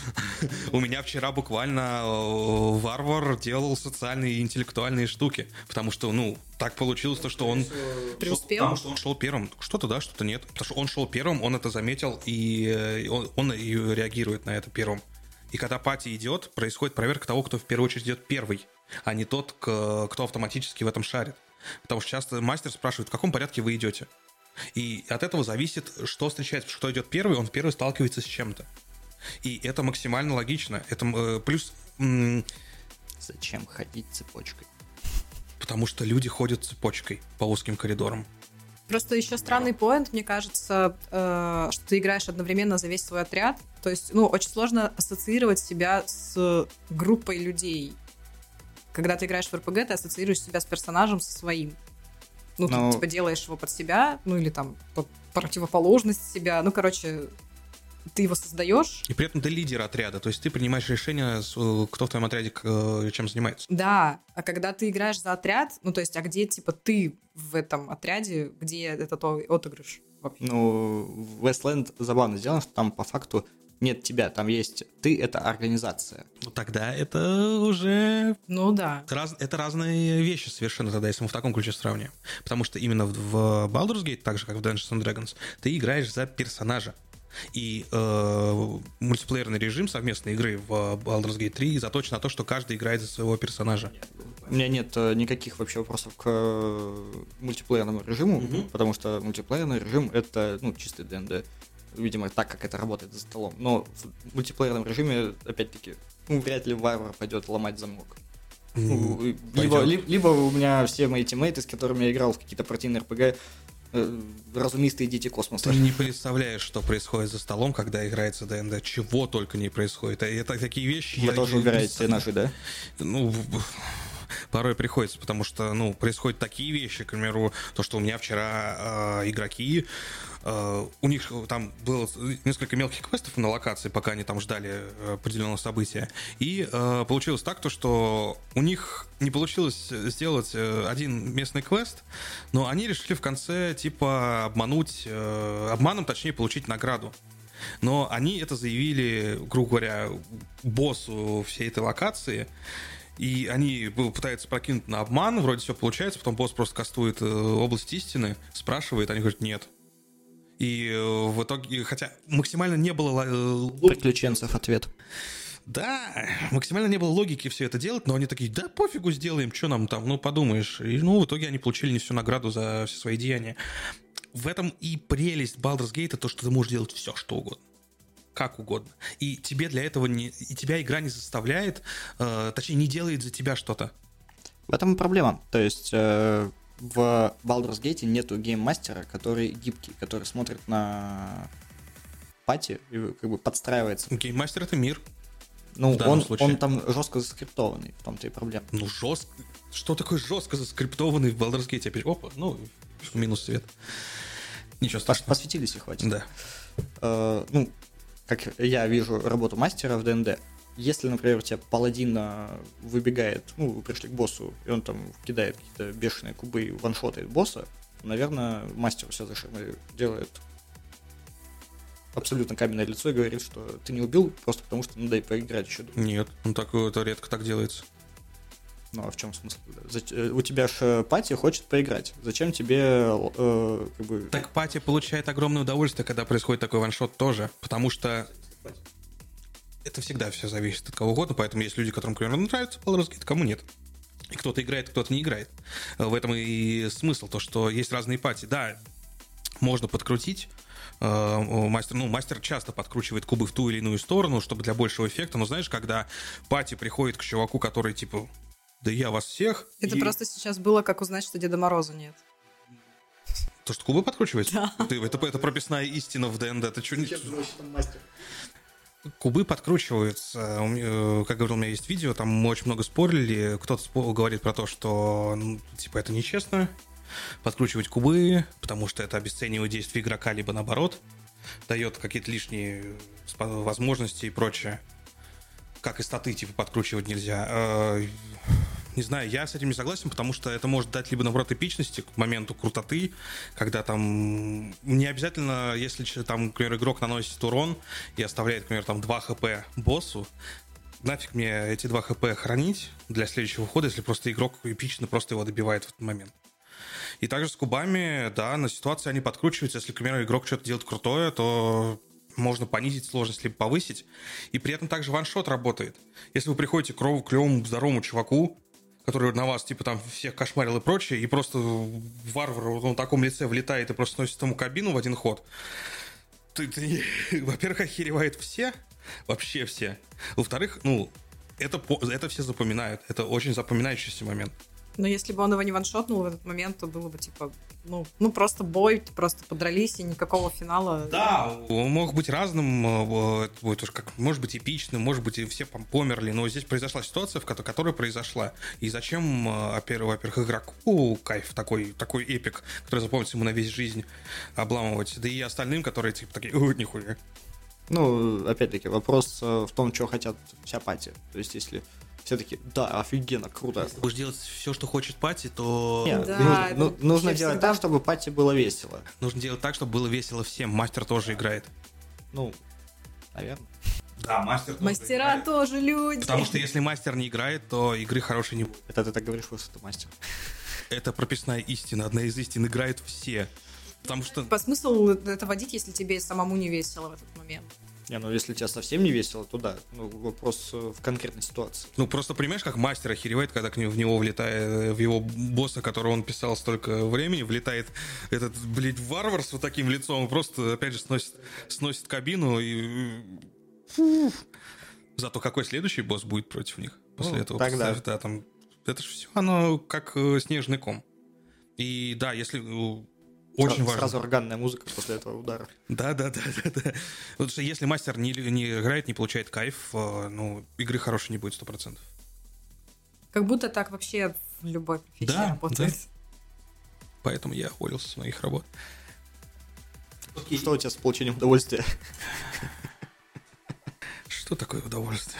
[SPEAKER 2] У меня вчера буквально варвар делал социальные и интеллектуальные штуки, потому что, ну, так получилось то, что он...
[SPEAKER 3] Преуспел?
[SPEAKER 2] Потому что он шел первым. Что-то да, что-то нет. Потому что он шел первым, он это заметил, и он, он и реагирует на это первым. И когда пати идет, происходит проверка того, кто в первую очередь идет первый, а не тот, кто автоматически в этом шарит. Потому что часто мастер спрашивает, в каком порядке вы идете. И от этого зависит, что встречается. Потому что кто идет первый, он первый сталкивается с чем-то. И это максимально логично. Это э, плюс... М-
[SPEAKER 1] Зачем ходить цепочкой?
[SPEAKER 2] Потому что люди ходят цепочкой по узким коридорам.
[SPEAKER 3] Просто еще странный поинт, мне кажется, э, что ты играешь одновременно за весь свой отряд. То есть, ну, очень сложно ассоциировать себя с группой людей. Когда ты играешь в эр пи джи, ты ассоциируешь себя с персонажем, со своим. Ну, Но... ты, типа, делаешь его под себя, ну, или там под противоположность себя. Ну, короче, ты его создаешь.
[SPEAKER 2] И при этом ты лидер отряда, то есть ты принимаешь решение, кто в твоем отряде чем занимается.
[SPEAKER 3] Да, а когда ты играешь за отряд, ну, то есть, а где, типа, ты в этом отряде, где этот отыгрыш вообще?
[SPEAKER 1] Ну, в Wasteland забавно сделано, что там по факту нет тебя, там есть ты, это организация.
[SPEAKER 2] Ну, тогда это уже...
[SPEAKER 3] Ну, да.
[SPEAKER 2] Это, раз... это разные вещи совершенно тогда, если мы в таком ключе сравниваем. Потому что именно в Baldur's Gate, так же, как в Dungeons and Dragons, ты играешь за персонажа. И э, мультиплеерный режим совместной игры в Baldur's Gate три заточен на то, что каждый играет за своего персонажа.
[SPEAKER 1] У меня нет никаких вообще вопросов к мультиплеерному режиму, mm-hmm. потому что мультиплеерный режим — это, ну, чистый ди энд ди. Видимо, так, как это работает за столом. Но в мультиплеерном режиме, опять-таки, ну, вряд ли варвар пойдет ломать замок. Mm, ну, либо, либо, либо у меня все мои тиммейты, с которыми я играл в какие-то партийные эр пи джи, э, разумистые дети космоса.
[SPEAKER 2] Ты не представляешь, что происходит за столом, когда играется ди энд ди. Чего только не происходит. Это такие вещи...
[SPEAKER 1] Вы я, тоже я, убираете я, ножи, да?
[SPEAKER 2] Ну... Порой приходится, потому что, ну, происходят такие вещи, к примеру, то, что у меня вчера э, игроки, э, у них там было несколько мелких квестов на локации, пока они там ждали определенного события, и э, получилось так, то, что у них не получилось сделать один местный квест, но они решили в конце, типа, обмануть, э, обманом, точнее, получить награду. Но они это заявили, грубо говоря, боссу всей этой локации. И они пытаются прокинуть на обман, вроде все получается, потом босс просто кастует область истины, спрашивает, они говорят нет. И в итоге, хотя максимально не было...
[SPEAKER 1] Приключенцев ответ.
[SPEAKER 2] Да, максимально не было логики все это делать, но они такие, да пофигу сделаем, что нам там, ну подумаешь. И ну в итоге они получили не всю награду за все свои деяния. В этом и прелесть Baldur's Gate, то, что ты можешь делать все, что угодно. Как угодно. И тебе для этого не, и тебя игра не заставляет, э, точнее, не делает за тебя что-то.
[SPEAKER 1] В этом и проблема. То есть э, в Baldur's Gate нету гейммастера, который гибкий, который смотрит на пати и как бы подстраивается.
[SPEAKER 2] Гейммастер — это мир.
[SPEAKER 1] Ну, он, он там жестко заскриптованный, в том-то и проблема.
[SPEAKER 2] Ну, жестко. Что такое жестко заскриптованный в Baldur's Gate? Опять, опа, ну, минус свет. Ничего страшного.
[SPEAKER 1] Посветились и хватит.
[SPEAKER 2] Да.
[SPEAKER 1] Э, ну, как я вижу работу мастера в ди энд ди, если, например, у тебя паладин выбегает, ну, вы пришли к боссу, и он там кидает какие-то бешеные кубы и ваншотает босса, наверное, мастер все зашибает, делает абсолютно каменное лицо и говорит, что ты не убил просто потому, что ну дай поиграть еще.
[SPEAKER 2] Нет, ну так это редко так делается.
[SPEAKER 1] Ну а в чем смысл? У тебя же пати хочет поиграть. Зачем тебе э, как бы...
[SPEAKER 2] Так пати получает огромное удовольствие, когда происходит такой ваншот тоже, потому что это всегда все зависит от кого угодно, поэтому есть люди, которым, например, нравится Baldur's Gate, кому нет. И кто-то играет, кто-то не играет. В этом и смысл, то, что есть разные пати. Да, можно подкрутить. Мастер, ну, мастер часто подкручивает кубы в ту или иную сторону, чтобы для большего эффекта, но знаешь, когда пати приходит к чуваку, который типа... Да я вас всех.
[SPEAKER 3] Это
[SPEAKER 2] и...
[SPEAKER 3] просто сейчас было, как узнать, что Деда Мороза нет.
[SPEAKER 2] То, что кубы подкручиваются?
[SPEAKER 3] Да.
[SPEAKER 2] Это, это, это прописная истина в ди энд ди. Это что? Кубы подкручиваются. Как говорил, у меня есть видео, там мы очень много спорили. Кто-то спор... говорит про то, что ну, типа это нечестно подкручивать кубы, потому что это обесценивает действие игрока, либо наоборот, дает какие-то лишние возможности и прочее. Как и статы, типа, подкручивать нельзя. Не знаю, я с этим не согласен, потому что это может дать либо, наоборот, эпичности к моменту крутоты, когда там не обязательно, если там, например, игрок наносит урон и оставляет, например, там два хп боссу, нафиг мне эти два хп хранить для следующего хода, если просто игрок эпично просто его добивает в этот момент. И также с кубами, да, на ситуации они подкручиваются. Если, к примеру, игрок что-то делает крутое, то можно понизить сложность, либо повысить. И при этом также ваншот работает. Если вы приходите к клевому, здоровому чуваку, который на вас, типа, там, всех кошмарил и прочее, и просто варвар на таком лице влетает и просто сносит ему кабину в один ход, ты, ты, во-первых, охеревают все, вообще все. Во-вторых, ну, это, это все запоминают. Это очень запоминающийся момент.
[SPEAKER 3] Но если бы он его не ваншотнул в этот момент, то было бы, типа, ну, ну просто бой, просто подрались, и никакого финала.
[SPEAKER 2] Да, он мог быть разным, это будет уж как, может быть, эпичным, может быть, и все померли, но здесь произошла ситуация, в которой, которая произошла. И зачем, во-первых, игроку кайф, такой, такой эпик, который запомнится ему на весь жизнь, обламывать, да и остальным, которые, типа, такие, ой, нихуя.
[SPEAKER 1] Ну, опять-таки, вопрос в том, что хотят вся пати. То есть, если все таки да, офигенно, круто.
[SPEAKER 2] Если будешь делать все, что хочет пати, то...
[SPEAKER 1] Нет,
[SPEAKER 3] да,
[SPEAKER 1] ну, ну, нужно делать
[SPEAKER 3] всегда...
[SPEAKER 1] так, чтобы пати было весело.
[SPEAKER 2] Нужно делать так, чтобы было весело всем. Мастер тоже играет.
[SPEAKER 1] Ну, наверное.
[SPEAKER 2] Да, мастер тоже
[SPEAKER 3] Мастера
[SPEAKER 2] играет.
[SPEAKER 3] тоже люди.
[SPEAKER 2] Потому что если мастер не играет, то игры хорошей не будет.
[SPEAKER 1] Это ты так говоришь, что ты мастер.
[SPEAKER 2] Это прописная истина. Одна из истин. Играет все. Потому что...
[SPEAKER 3] По смыслу это водить, если тебе самому не весело в этот момент.
[SPEAKER 1] Не, ну если тебе совсем не весело, то да. Ну, вопрос в конкретной ситуации.
[SPEAKER 2] Ну, просто понимаешь, как мастер охеревает, когда к нему, в него влетает, в его босса, которого он писал столько времени, влетает этот, блядь, варвар с вот таким лицом, просто, опять же, сносит, сносит кабину и... Фу. Зато какой следующий босс будет против них после
[SPEAKER 1] ну,
[SPEAKER 2] этого?
[SPEAKER 1] Тогда.
[SPEAKER 2] Да, там, это же все, оно как снежный ком. И да, если... Очень
[SPEAKER 1] сразу,
[SPEAKER 2] важно.
[SPEAKER 1] Сразу органная музыка после этого удара.
[SPEAKER 2] Да, да, да, да, да. Потому что если мастер не, не играет, не получает кайф, ну, игры хорошей не будет сто процентов.
[SPEAKER 3] Как будто так вообще в любой профессии
[SPEAKER 2] да,
[SPEAKER 3] работает.
[SPEAKER 2] Да. Поэтому я уволился с моих работ.
[SPEAKER 1] Окей. Что у тебя с получением удовольствия?
[SPEAKER 2] Что такое удовольствие?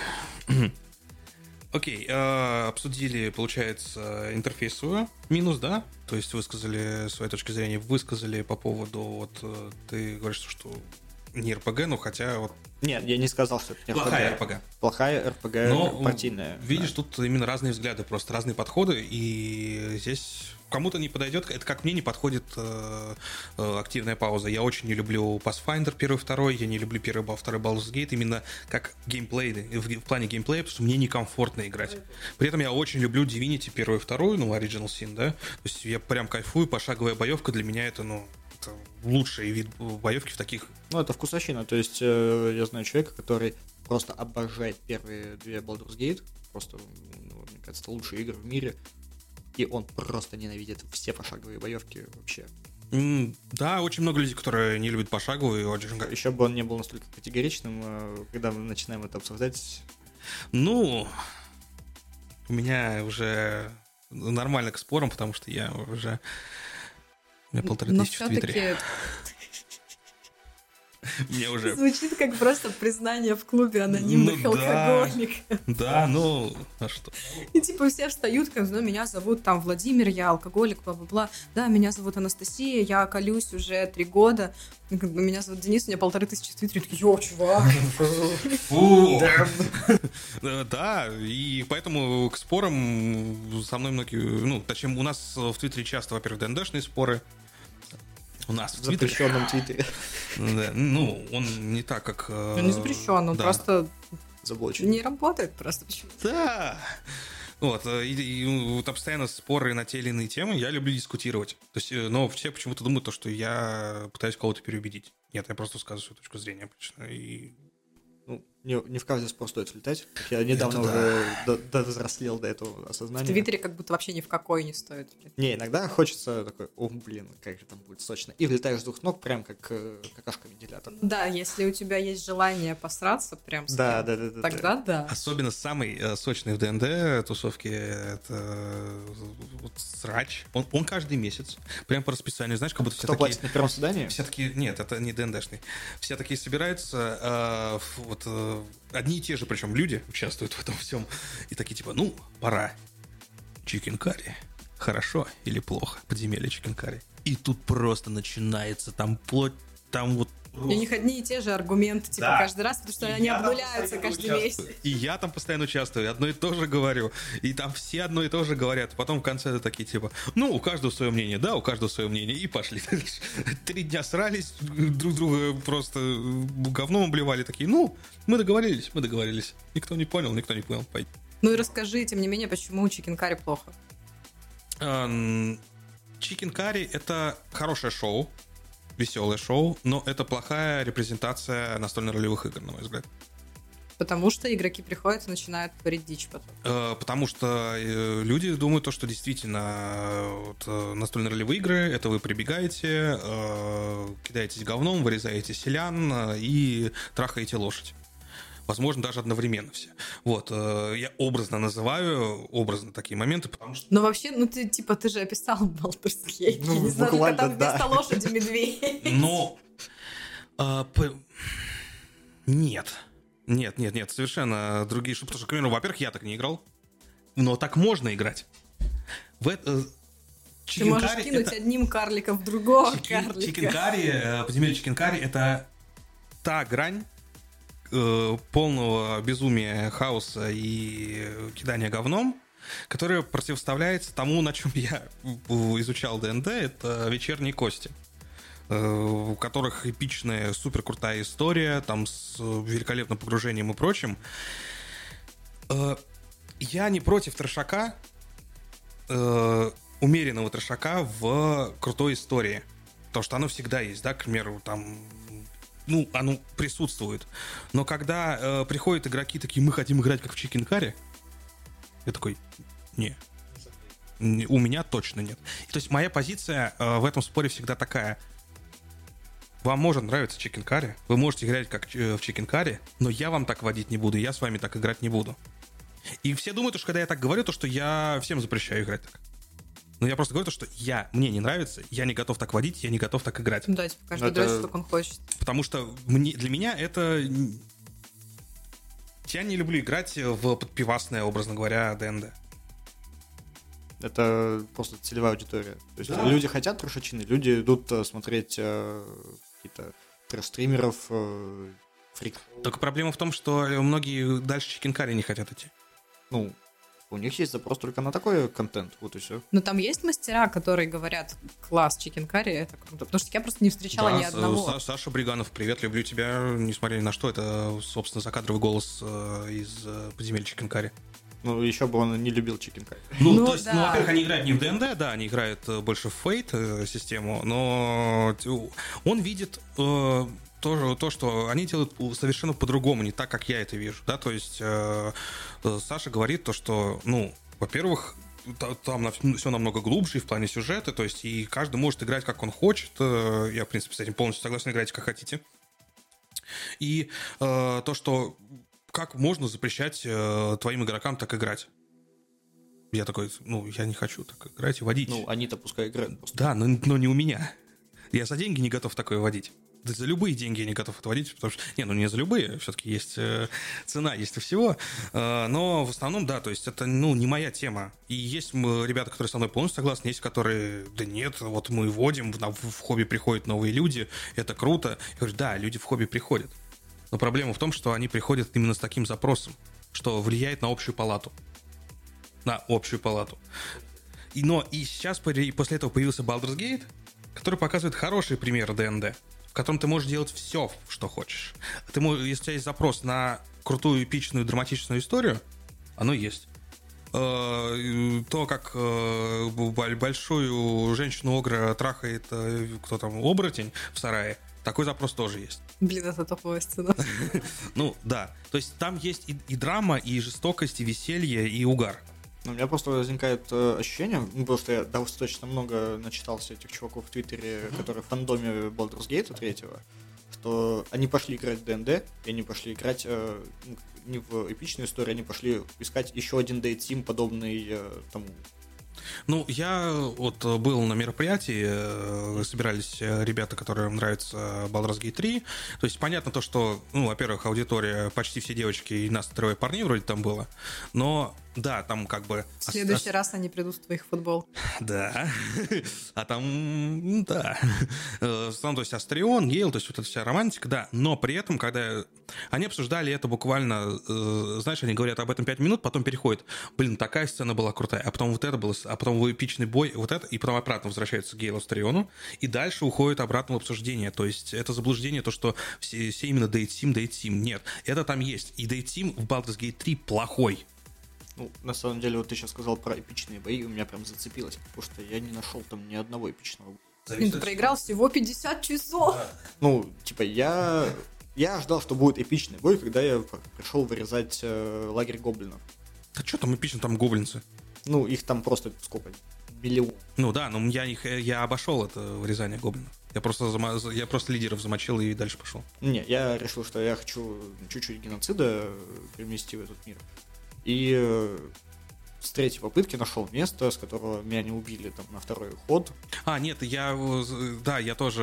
[SPEAKER 2] Окей, э, обсудили, получается, интерфейсовую минус, да? То есть высказали свои точки зрения, высказали по поводу, вот, э, ты говоришь, что не эр пи джи, но хотя вот...
[SPEAKER 1] Нет, я не сказал, что это не эр пи джи.
[SPEAKER 2] Плохая эр пи джи.
[SPEAKER 1] Плохая эр пи джи,
[SPEAKER 2] но,
[SPEAKER 1] партийная.
[SPEAKER 2] Видишь,
[SPEAKER 1] да.
[SPEAKER 2] тут именно разные взгляды, просто разные подходы, и здесь... Кому-то не подойдет, это как мне не подходит э, э, активная пауза. Я очень не люблю Pathfinder первый, второй, я не люблю первый, второй Baldur's Gate именно как геймплей, в, в плане геймплея, потому что мне некомфортно играть. При этом я очень люблю Divinity первую и вторую, ну, Original Sin, да, то есть я прям кайфую, пошаговая боевка для меня это, ну, это лучший вид боевки в таких...
[SPEAKER 1] Ну, это вкусовщина, то есть э, я знаю человека, который просто обожает первые две Baldur's Gate, просто, ну, мне кажется, это лучшие игры в мире. И он просто ненавидит все пошаговые боевки вообще.
[SPEAKER 2] Mm, да, очень много людей, которые не любят пошаговые. Очень...
[SPEAKER 1] Еще бы он не был настолько категоричным, когда мы начинаем это обсуждать.
[SPEAKER 2] Ну, у меня уже нормально к спорам, потому что я уже... У меня полторы
[SPEAKER 3] Но
[SPEAKER 2] тысячи в Твиттере. Мне уже...
[SPEAKER 3] Звучит как просто признание в клубе анонимных
[SPEAKER 2] ну,
[SPEAKER 3] алкоголиков.
[SPEAKER 2] Да, ну, а что?
[SPEAKER 3] И типа все встают, как, ну, меня зовут там Владимир, я алкоголик, бла-бла-бла. Да, меня зовут Анастасия, я колюсь уже три года. Меня зовут Денис, у меня полторы тысячи в Твиттере. Такие, йо, чувак.
[SPEAKER 2] Фу. Да, и поэтому к спорам со мной многие... Ну, точнее, у нас в Твиттере часто, во-первых, ДНДшные споры. У нас в Твиттере.
[SPEAKER 1] В запрещенном Твиттере.
[SPEAKER 2] Да, ну, он не так, как...
[SPEAKER 3] Ну, не запрещен, он
[SPEAKER 2] да.
[SPEAKER 3] просто
[SPEAKER 1] заблочен.
[SPEAKER 3] не работает просто почему-то.
[SPEAKER 2] Да. Вот, и, и, и там постоянно споры на те или иные темы, я люблю дискутировать. То есть, но все почему-то думают, то, что я пытаюсь кого-то переубедить. Нет, я просто сказываю свою точку зрения обычно. И...
[SPEAKER 1] Ну, не, не в каждый спор стоит влетать. Я недавно
[SPEAKER 2] Это
[SPEAKER 1] уже
[SPEAKER 2] да.
[SPEAKER 1] до, дозрослел до этого осознания.
[SPEAKER 3] В Твиттере как будто вообще ни в какой не стоит.
[SPEAKER 1] Не, иногда хочется такой, о, блин, как же там будет сочно. И влетаешь с двух ног, прям как э, какашка-вентилятор.
[SPEAKER 3] Да, если у тебя есть желание посраться прям с
[SPEAKER 1] Да,
[SPEAKER 3] кем,
[SPEAKER 1] да, да, да.
[SPEAKER 3] тогда да. да.
[SPEAKER 2] Особенно самый э, сочный в ДНД тусовке это э, вот, срач. Он, он каждый месяц, прям по расписанию, знаешь, как будто все
[SPEAKER 1] Кто
[SPEAKER 2] такие...
[SPEAKER 1] платит на первом свидании?
[SPEAKER 2] Все такие... Нет, это не ДНДшный. Все такие собираются, э, вот... Э, одни и те же, причем люди участвуют в этом всем. И такие типа, ну, пора. Чикен карри. Хорошо или плохо? Подземелье чикен карри. И тут просто начинается там плоть, там вот...
[SPEAKER 3] У них одни и те же аргументы, типа,
[SPEAKER 2] да.
[SPEAKER 3] каждый раз, потому что и они обнуляются каждый
[SPEAKER 2] участвую.
[SPEAKER 3] месяц.
[SPEAKER 2] И я там постоянно участвую, одно и то же говорю. И там все одно и то же говорят. Потом в конце это такие, типа, ну, у каждого свое мнение, да, у каждого свое мнение. И пошли. Три дня срались, друг друга просто говном обливали. Такие, ну, мы договорились, мы договорились. Никто не понял, никто не понял. Пойдем.
[SPEAKER 3] Ну и расскажи, тем не менее, почему чикен карри плохо.
[SPEAKER 2] Чикен карри — это хорошее шоу, веселое шоу, но это плохая репрезентация настольно-ролевых игр, на мой взгляд.
[SPEAKER 3] Потому что игроки приходят и начинают творить дичь потом.
[SPEAKER 2] Э, потому что э, люди думают, то, что действительно э, вот, э, настольные ролевые игры, это вы прибегаете, э, кидаетесь говном, вырезаете селян э, и трахаете лошадь. Возможно, даже одновременно все. Вот, э, я образно называю, образно такие моменты, потому что...
[SPEAKER 3] Ну, вообще, ну, ты, типа, ты же описал Baldur's Gate.
[SPEAKER 1] Ну,
[SPEAKER 3] Я не знаю, только там
[SPEAKER 1] да.
[SPEAKER 3] вместо лошади медведь.
[SPEAKER 2] Ну, э, п... нет. Нет, нет, нет, совершенно другие шутки. Потому что, к примеру, во-первых, я так не играл, но так можно играть. В это...
[SPEAKER 3] Ты можешь кинуть это... одним карликом в другого
[SPEAKER 2] Чикен...
[SPEAKER 3] карлика.
[SPEAKER 2] Чикенкари, подземелье Чикенкари — это та грань э, полного безумия, хаоса и кидания говном, которая противоставляется тому, на чем я изучал ДНД, это вечерние кости, у которых эпичная, супер крутая история, там с великолепным погружением и прочим. Я не против трешака, умеренного трешака в крутой истории. Потому что оно всегда есть, да, к примеру, там, ну, оно присутствует. Но когда приходят игроки такие, мы хотим играть как в Чикенкари, я такой, не, у меня точно нет. То есть моя позиция в этом споре всегда такая: вам может нравиться Чикенкари, вы можете играть как в Чикенкари, но я вам так водить не буду, я с вами так играть не буду. И все думают, что когда я так говорю, то что я всем запрещаю играть так. Но я просто говорю то, что я, мне не нравится, я не готов так водить, я не готов так играть.
[SPEAKER 3] Ну да, типа, каждый это... играет, что он хочет.
[SPEAKER 2] Потому что мне, для меня это... Я не люблю играть в подпивасное, образно говоря, ДНД.
[SPEAKER 1] Это просто целевая аудитория. То есть
[SPEAKER 2] да.
[SPEAKER 1] Люди хотят трешачины, люди идут смотреть э, какие-то трэш-стримеров, э, фрик.
[SPEAKER 2] Только проблема в том, что многие дальше Чикенкари не хотят идти.
[SPEAKER 1] Ну, у них есть запрос только на такой контент, вот и все.
[SPEAKER 3] Но там есть мастера, которые говорят, класс, Чикенкари, это круто. Потому что я просто не встречала
[SPEAKER 2] да,
[SPEAKER 3] ни одного.
[SPEAKER 2] С- Саша Бриганов, привет, люблю тебя, несмотря ни на что. Это, собственно, закадровый голос э, из э, подземелья Чикенкари.
[SPEAKER 1] Ну, еще бы он не любил Чикенкари.
[SPEAKER 2] Ну,
[SPEAKER 3] ну,
[SPEAKER 2] то есть,
[SPEAKER 3] да.
[SPEAKER 2] ну, во-первых, они играют не в ДНД, да, они играют больше в Fate э, систему, но он видит э, то, то, что они делают совершенно по-другому, не так, как я это вижу, да, то есть э, Саша говорит то, что, ну, во-первых, там все намного глубже и в плане сюжета, то есть и каждый может играть, как он хочет, я, в принципе, с этим полностью согласен, играйте, как хотите, и э, то, что как можно запрещать э, твоим игрокам так играть? Я такой, ну, я не хочу так играть и водить.
[SPEAKER 1] Ну, они-то пускай играют просто.
[SPEAKER 2] Да, но, но не у меня. Я за деньги не готов такое водить. Да за любые деньги я не готов это водить, потому что... Не, ну не за любые, все-таки есть э, цена, есть у всего. Э, но в основном, да, то есть это, ну, не моя тема. И есть ребята, которые со мной полностью согласны, есть которые, да нет, вот мы водим, в, в хобби приходят новые люди, это круто. Я говорю, да, люди в хобби приходят. Но проблема в том, что они приходят именно с таким запросом, что влияет на общую палату. На общую палату. И, но и сейчас после этого появился Baldur's Gate, который показывает хороший пример ДНД, в котором ты можешь делать все, что хочешь. Ты можешь, если у тебя есть запрос на крутую, эпичную, драматичную историю, оно есть. То, как большую женщину-огра трахает кто там, оборотень в сарае, такой запрос тоже есть.
[SPEAKER 3] Блин, это топовая сцена.
[SPEAKER 2] Ну, да. То есть там есть и, и драма, и жестокость, и веселье, и угар.
[SPEAKER 1] Ну, у меня просто возникает э, ощущение, ну, потому что я достаточно много начитался этих чуваков в Твиттере, mm-hmm. которые в фандоме Baldur's Gate третьего, что они пошли играть в ДНД, и они пошли играть э, не в эпичную историю, они пошли искать еще один дейт-сим, подобный э, тому.
[SPEAKER 2] Ну, я вот был на мероприятии, собирались ребята, которым нравится Baldur's Gate три. То есть понятно то, что, ну, во-первых, аудитория, почти все девочки и нас трое парней вроде там было. Но, да, там как бы...
[SPEAKER 3] В следующий ос- раз они придут в твоих футбол.
[SPEAKER 2] Да. А там, да. Там, то есть Астрион, Гейл, то есть вот эта вся романтика, да. Но при этом, когда они обсуждали это буквально, знаешь, они говорят об этом пять минут, потом переходят. Блин, такая сцена была крутая. А потом вот это было... А потом эпичный бой, вот это, и потом обратно возвращается к Гейлу Астриону, и дальше уходит обратно в обсуждение. То есть это заблуждение, то, что все, все именно дейт-сим, дейт-сим. Нет, это там есть. И дейт-сим в Baldur's Gate три плохой.
[SPEAKER 1] Ну, на самом деле, вот ты сейчас сказал про эпичные бои, у меня прям зацепилось, потому что я не нашел там ни одного эпичного боя.
[SPEAKER 3] Ты проиграл всего пятьдесят часов.
[SPEAKER 1] Ну, типа, я я ждал, что будет эпичный бой, когда я пришел вырезать э, лагерь гоблинов.
[SPEAKER 2] А что там эпично, там гоблинцы?
[SPEAKER 1] Ну, их там просто сколько? Миллион.
[SPEAKER 2] Ну да, но я, их, я обошел это вырезание гоблинов. Я просто, зама... я просто лидеров замочил и дальше пошел.
[SPEAKER 1] Не, я решил, что я хочу чуть-чуть геноцида привнести в этот мир. И э, с третьей попытки нашел место, с которого меня не убили там на второй ход.
[SPEAKER 2] А, нет, я, да, я тоже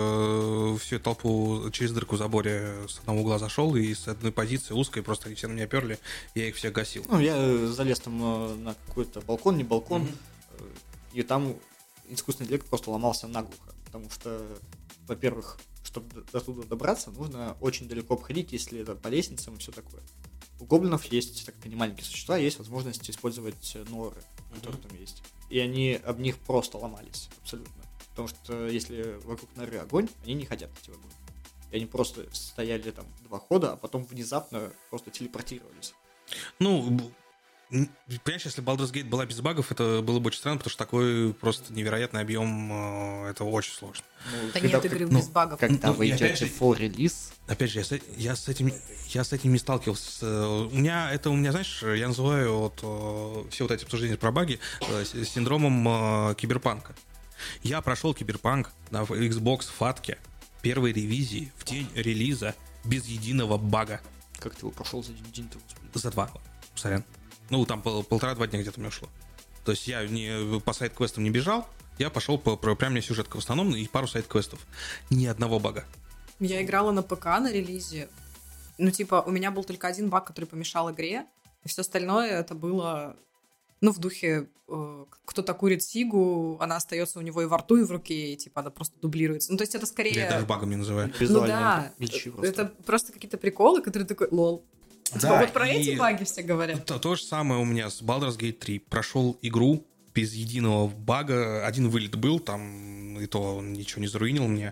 [SPEAKER 2] всю эту толпу через дырку в заборе с одного угла зашел, и с одной позиции узкой, просто они все на меня перли, я их всех гасил.
[SPEAKER 1] Ну, я залез там на, на какой-то балкон, не балкон, mm-hmm. и там искусственный интеллект просто ломался наглухо, потому что, во-первых, чтобы до туда добраться, нужно очень далеко обходить, если это по лестницам и все такое. У гоблинов есть, так понимаю, маленькие существа, есть возможность использовать норы, которые mm-hmm. там есть. И они об них просто ломались, абсолютно. Потому что если вокруг норы огонь, они не хотят идти в огонь. И они просто стояли там два хода, а потом внезапно просто телепортировались.
[SPEAKER 2] Ну, понимаешь, если Baldur's Gate была без багов, это было бы очень странно, потому что такой просто невероятный объем, это очень сложно.
[SPEAKER 3] Ну, да нет игры
[SPEAKER 2] ну,
[SPEAKER 3] без багов.
[SPEAKER 1] Когда
[SPEAKER 2] ну,
[SPEAKER 1] вы идете в full релиз.
[SPEAKER 2] Опять же, я с, я с этим я с этим не сталкивался. У меня это у меня, знаешь, я называю вот все вот эти обсуждения про баги синдромом киберпанка. Я прошел киберпанк на Xbox Фатке первой ревизии в день релиза без единого бага.
[SPEAKER 1] Как ты его прошел за один-то?
[SPEAKER 2] За два, сорян. Ну, там пол, полтора-два дня где-то мне ушло. То есть я не, по сайт-квестам не бежал, я пошел по, по прям мне сюжетка в основном и пару сайт-квестов. Ни одного бага. Я
[SPEAKER 3] играла на ПК на релизе. Ну, типа, у меня был только один баг, который помешал игре, и все остальное это было, ну, в духе э, кто-то курит сигу, она остается у него и во рту, и в руке, и, типа, она просто дублируется. Ну, то есть это скорее...
[SPEAKER 2] Я даже багом не называю.
[SPEAKER 3] Ну, да, просто. Это просто какие-то приколы, которые такой, лол. Да, вот про эти баги все говорят.
[SPEAKER 2] То, то же самое у меня с Baldur's Gate три. Прошел игру без единого бага. Один вылет был, там и то он ничего не заруинил мне.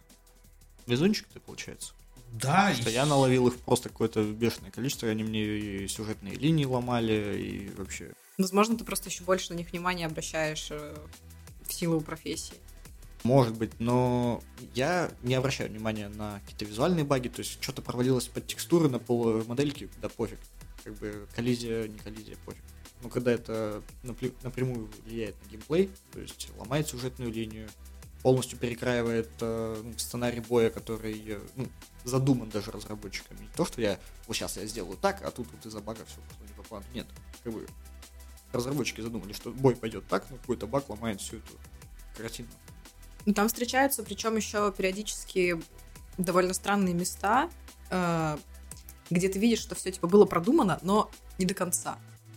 [SPEAKER 1] Везунчик ты, получается?
[SPEAKER 2] Да.
[SPEAKER 1] Потому что и... я наловил их просто какое-то бешеное количество. Они мне и сюжетные линии ломали, и вообще...
[SPEAKER 3] Возможно, ты просто еще больше на них внимание обращаешь в силу профессии.
[SPEAKER 1] Может быть, но я не обращаю внимания на какие-то визуальные баги, то есть что-то провалилось под текстуры на полумодельке, да пофиг. Как бы коллизия, не коллизия, пофиг. Но когда это напря- напрямую влияет на геймплей, то есть ломает сюжетную линию, полностью перекраивает э, ну, сценарий боя, который э, ну, задуман даже разработчиками. Не то, что я вот сейчас я сделаю так, а тут вот из-за бага все пошло не по плану. Нет, как бы разработчики задумали, что бой пойдет так, но какой-то баг ломает всю эту картину.
[SPEAKER 3] Ну, там встречаются, причем еще периодически довольно странные места, э, где ты видишь, что все типа было продумано, но не до конца.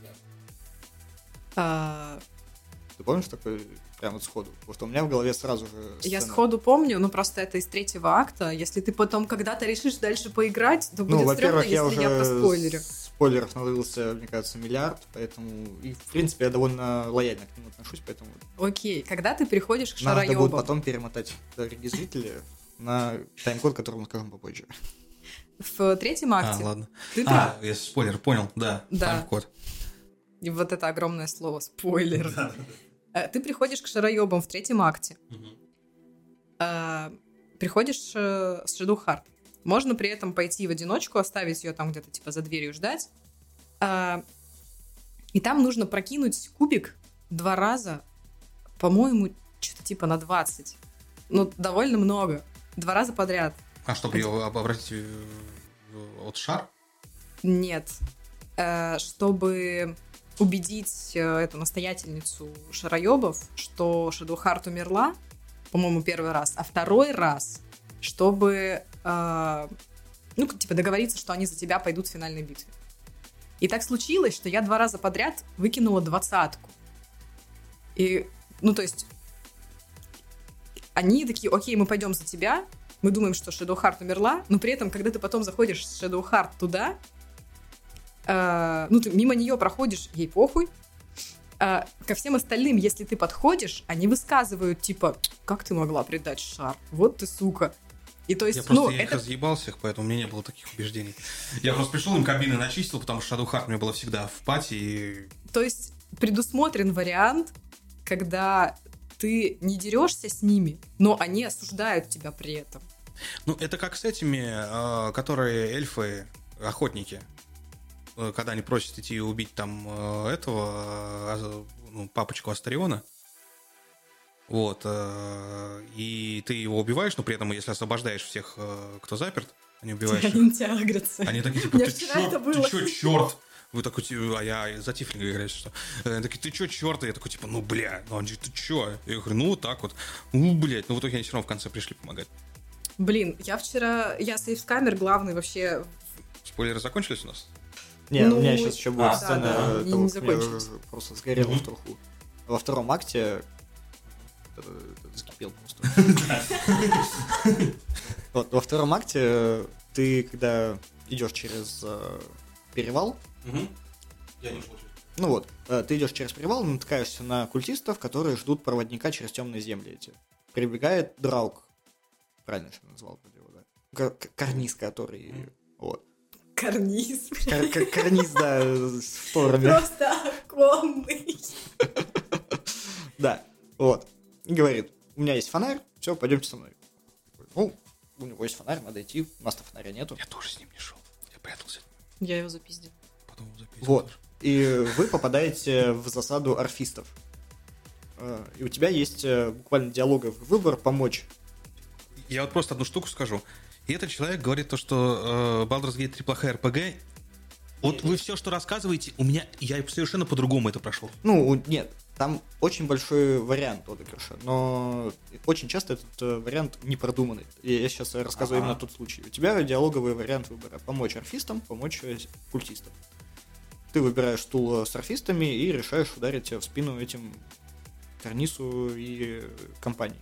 [SPEAKER 1] Yeah. Э, ты помнишь такой прямо вот сходу? Потому что у меня в голове сразу же сцена.
[SPEAKER 3] Я сходу помню, но просто это из третьего акта. Если ты потом когда-то решишь дальше поиграть, то
[SPEAKER 1] ну,
[SPEAKER 3] будет стрёмно,
[SPEAKER 1] я
[SPEAKER 3] если я проспойлерю.
[SPEAKER 1] Спойлеров наловился, мне кажется, миллиард, поэтому... И, в принципе, я довольно лояльно к нему отношусь, поэтому...
[SPEAKER 3] Окей, когда ты приходишь к шароёбам...
[SPEAKER 1] Надо будет потом перемотать, дорогие зрители, на тайм-код, который мы скажем попозже.
[SPEAKER 3] В третьем акте...
[SPEAKER 2] А, ладно.
[SPEAKER 3] Ты
[SPEAKER 2] а, я спойлер, понял, да,
[SPEAKER 3] да.
[SPEAKER 2] Тайм-код.
[SPEAKER 3] И вот это огромное слово, спойлер. Ты приходишь к шароёбам в третьем акте. Приходишь с Shadowheart. Можно при этом пойти в одиночку, оставить ее там где-то типа за дверью ждать. А, и там нужно прокинуть кубик два раза, по-моему, что-то типа на двадцать. Ну, довольно много. Два раза подряд.
[SPEAKER 2] А чтобы ее обратить от шар?
[SPEAKER 3] Нет. А, чтобы убедить эту настоятельницу шароёбов, что Shadowheart умерла, по-моему, первый раз, а второй раз, чтобы... ну, типа, договориться, что они за тебя пойдут в финальной битве. И так случилось, что я два раза подряд выкинула двадцатку. И, ну, то есть, они такие, окей, мы пойдем за тебя, мы думаем, что Shadowheart умерла, но при этом, когда ты потом заходишь с Shadowheart туда, э, ну, ты мимо нее проходишь, ей похуй. Э, ко всем остальным, если ты подходишь, они высказывают, типа, как ты могла предать шар? Вот ты сука. И то есть,
[SPEAKER 2] я просто
[SPEAKER 3] ну,
[SPEAKER 2] я
[SPEAKER 3] это...
[SPEAKER 2] их разъебал всех, поэтому у меня не было таких убеждений. Я просто пришел, им кабины начистил, потому что Shadowheart у меня было всегда в пати. И...
[SPEAKER 3] То есть предусмотрен вариант, когда ты не дерешься с ними, но они осуждают тебя при этом.
[SPEAKER 2] Ну, это как с этими, которые эльфы, охотники. Когда они просят идти убить там этого, ну, папочку Астариона. Вот. И ты его убиваешь, но при этом, если освобождаешь всех, кто заперт, они убиваешь их.
[SPEAKER 3] Они тебя агрятся.
[SPEAKER 2] Они такие, типа, ты чё, ты чё, черт? Вы такой, а я за Тифлинга играю, что? Они такие, ты чё, черт? И я такой, типа, ну, бля, ну, он же, ты чё? Я говорю, ну, вот так вот. Ну, блядь, ну, в итоге они все равно в конце пришли помогать.
[SPEAKER 3] Блин, я вчера, я сейфскамер главный вообще...
[SPEAKER 2] Спойлеры закончились у нас?
[SPEAKER 1] Не, ну, у меня сейчас еще будет
[SPEAKER 3] а,
[SPEAKER 1] сцена
[SPEAKER 3] да, да,
[SPEAKER 1] того,
[SPEAKER 3] не
[SPEAKER 1] как я просто сгорел mm-hmm. в труху. Во втором акте закипел просто. Вот, во втором акте ты, когда идешь через перевал,
[SPEAKER 2] я не шучу.
[SPEAKER 1] Ну вот, ты идешь через перевал, натыкаешься на культистов, которые ждут проводника через темные земли эти. Прибегает Драук. Правильно я назвал его, да? Карниз, который... Вот.
[SPEAKER 3] Карниз.
[SPEAKER 1] Кар- кар- карниз, да, с фторами.
[SPEAKER 3] Просто оконный.
[SPEAKER 1] Да, вот. И говорит, у меня есть фонарь, все, пойдемте со мной. Ну, у него есть фонарь, надо идти, у нас-то фонаря нету.
[SPEAKER 2] Я тоже с ним не шел, я прятался.
[SPEAKER 3] Я его запиздил.
[SPEAKER 2] Потом запиздил.
[SPEAKER 1] Вот.
[SPEAKER 2] Тоже.
[SPEAKER 1] И вы попадаете в засаду орфистов. И у тебя есть буквально диалоговый выбор помочь.
[SPEAKER 2] Я вот просто одну штуку скажу. И этот человек говорит то, что э, Baldur's Gate три плохая эр пи джи. Вот вы все, что рассказываете, у меня... Я совершенно по-другому это прошел.
[SPEAKER 1] Ну, нет. Там очень большой вариант отыгрыша, но очень часто этот э, вариант не продуманный. И я сейчас рассказываю ага. именно тот случай. У тебя диалоговый вариант выбора. Помочь орфистам, помочь культистам. Ты выбираешь стул с орфистами и решаешь ударить в спину этим Карнису и компании.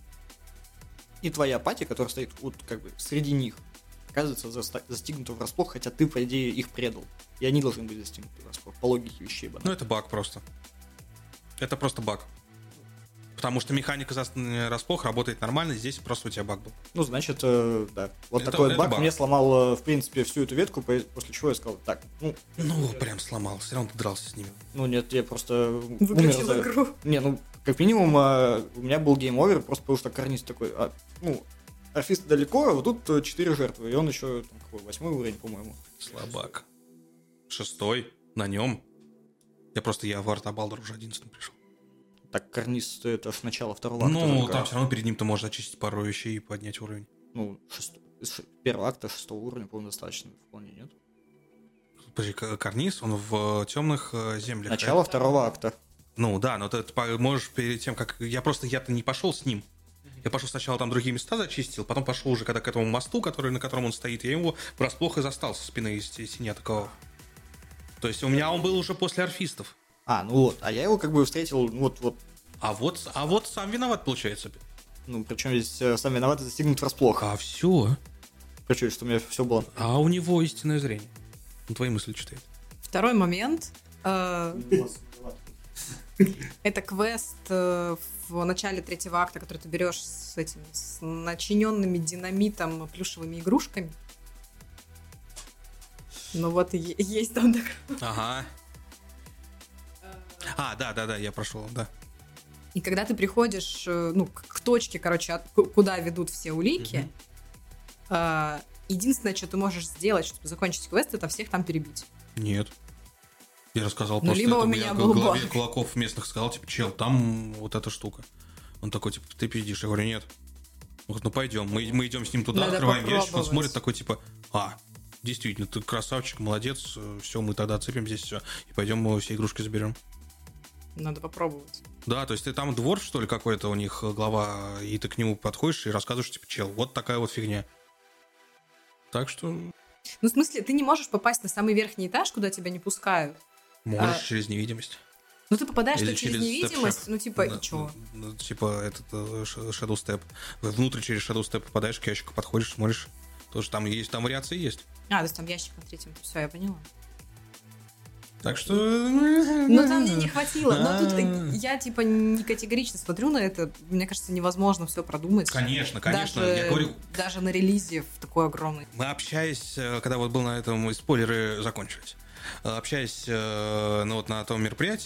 [SPEAKER 1] И твоя пати, которая стоит вот как бы среди них, оказывается заста- застигнута врасплох, хотя ты, по идее, их предал. И они должны быть застигнуты врасплох, по логике вещей. Банально.
[SPEAKER 2] Ну, это баг просто. Это просто баг. Потому что механика за расплох работает нормально, здесь просто у тебя баг был.
[SPEAKER 1] Ну, значит, э, да. Вот
[SPEAKER 2] это,
[SPEAKER 1] такой
[SPEAKER 2] это
[SPEAKER 1] баг,
[SPEAKER 2] баг
[SPEAKER 1] мне сломал, в принципе, всю эту ветку, после чего я сказал, так, ну...
[SPEAKER 2] Ну, прям сломал, все равно ты дрался с ними.
[SPEAKER 1] Ну, нет, я просто
[SPEAKER 3] выключил
[SPEAKER 1] умер.
[SPEAKER 3] игру.
[SPEAKER 1] За... Не, ну, как минимум, у меня был гейм-овер, просто потому что Карниз такой, а, ну, орфист далеко, а вот тут четыре жертвы, и он еще, там, какой, восьмой уровень, по-моему.
[SPEAKER 2] Слабак. Шестой, на нем. Я просто, я в Арта Балдор уже одиннадцатым пришел.
[SPEAKER 1] Так, Карниз, это аж начало второго акта.
[SPEAKER 2] Ну, там все равно перед ним ты можешь очистить пару вещей и поднять уровень.
[SPEAKER 1] Ну, шест... ш... первого акта шестого уровня, по-моему, достаточно. Вполне нет.
[SPEAKER 2] Подожди, Карниз, он в темных землях.
[SPEAKER 1] Начало это... второго акта.
[SPEAKER 2] Ну, да, но ты, ты можешь перед тем, как... Я просто, я-то не пошел с ним. Я пошел сначала там другие места зачистил, потом пошел уже когда к этому мосту, который, на котором он стоит, я его врасплох и застал со спины из синя такого. То есть у меня он был уже после орфистов.
[SPEAKER 1] А, ну вот, а я его как бы встретил, вот-вот.
[SPEAKER 2] А вот, а вот сам виноват, получается.
[SPEAKER 1] Ну, причем здесь э, сам виноват и застигнут врасплох.
[SPEAKER 2] А все.
[SPEAKER 1] Причем, что у меня все было.
[SPEAKER 2] А у него истинное зрение. Он твои мысли читает.
[SPEAKER 3] Второй момент. Э, это квест э, в начале третьего акта, который ты берешь с этими, с начиненными динамитом плюшевыми игрушками. Ну вот и есть там такое.
[SPEAKER 2] Ага. А, да, да, да, я прошел, да.
[SPEAKER 3] И когда ты приходишь, ну, к точке, короче, от, куда ведут все улики, mm-hmm. э, единственное, что ты можешь сделать, чтобы закончить квест, это всех там перебить.
[SPEAKER 2] Нет. Я рассказал
[SPEAKER 3] ну,
[SPEAKER 2] просто
[SPEAKER 3] либо
[SPEAKER 2] это,
[SPEAKER 3] у меня
[SPEAKER 2] я
[SPEAKER 3] был
[SPEAKER 2] главе
[SPEAKER 3] баг.
[SPEAKER 2] кулаков местных сказал, типа, чел, там вот эта штука. Он такой, типа, ты пиздишь. Я говорю, нет. Он говорит, ну пойдем. Мы, мы идем с ним туда,
[SPEAKER 3] надо
[SPEAKER 2] открываем ящик, он
[SPEAKER 3] попробовать.
[SPEAKER 2] смотрит такой, типа, а, действительно, ты красавчик, молодец, все, мы тогда отцепим здесь все, и пойдем мы все игрушки заберем.
[SPEAKER 3] Надо попробовать.
[SPEAKER 2] Да, то есть ты там двор, что ли, какой-то у них глава, и ты к нему подходишь и рассказываешь, типа, чел, вот такая вот фигня. Так что...
[SPEAKER 3] Ну, в смысле, ты не можешь попасть на самый верхний этаж, куда тебя не пускают.
[SPEAKER 2] Можешь
[SPEAKER 3] а...
[SPEAKER 2] через невидимость.
[SPEAKER 3] Ну, ты попадаешь
[SPEAKER 2] Или
[SPEAKER 3] через, через невидимость, ну, типа, да, и чё?
[SPEAKER 2] Ну, типа, этот Shadow Step. Внутрь через Shadow Step попадаешь, к ящику подходишь, смотришь. Тоже там есть, там вариации есть.
[SPEAKER 3] А, то есть там ящик на третьем, все, я поняла.
[SPEAKER 2] Так что...
[SPEAKER 3] Ну, там мне не хватило. Но тут я, типа, не категорично смотрю на это. Мне кажется, невозможно все продумать.
[SPEAKER 2] Конечно, конечно.
[SPEAKER 3] Даже,
[SPEAKER 2] я говорю...
[SPEAKER 3] даже на релизе в такой огромный.
[SPEAKER 2] Мы общаясь, когда вот был на этом, спойлеры закончились. Общаясь ну, вот на том мероприятии,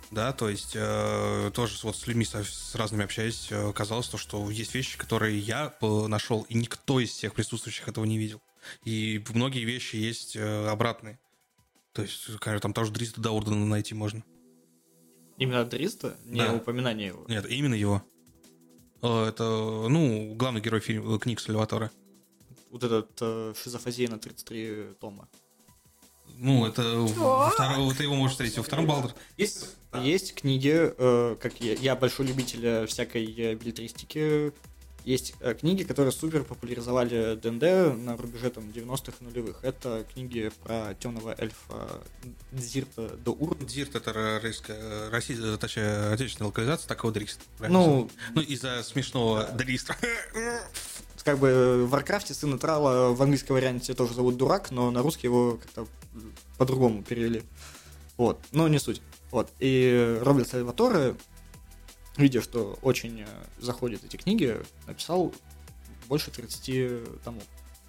[SPEAKER 2] Да, то есть э, тоже вот с людьми с, с разными общаясь, э, казалось, то, что есть вещи, которые я нашел, и никто из всех присутствующих этого не видел. И многие вещи есть э, обратные. То есть, конечно, там тоже Дриста Даурдена найти можно.
[SPEAKER 1] Именно Дриста? Не
[SPEAKER 2] Да.
[SPEAKER 1] упоминание его?
[SPEAKER 2] Нет, именно его. Это, ну, главный герой фильма, книг Сальватора.
[SPEAKER 1] Вот этот э, шизофазия на тридцать три тома.
[SPEAKER 2] Ну, это, во втором, ты его можешь встретить во втором Балдур.
[SPEAKER 1] Есть, есть книги, э, как я, я большой любитель всякой билетристики. Есть э, книги, которые супер популяризовали ди энд ди на рубеже там девяностых и нулевых. Это книги про темного эльфа Дзирта Доурн.
[SPEAKER 2] Дзирт — это российская, российская, точнее, отечественная локализация такого Дриста.
[SPEAKER 1] Ну,
[SPEAKER 2] ну, из-за смешного да. Дриста.
[SPEAKER 1] Как бы в Варкрафте сына Трала в английском варианте тоже зовут Дурак, но на русский его как-то по-другому перевели. Вот, но не суть. Вот, и Роберт Сальваторе, видя, что очень заходят эти книги, написал больше тридцати томов.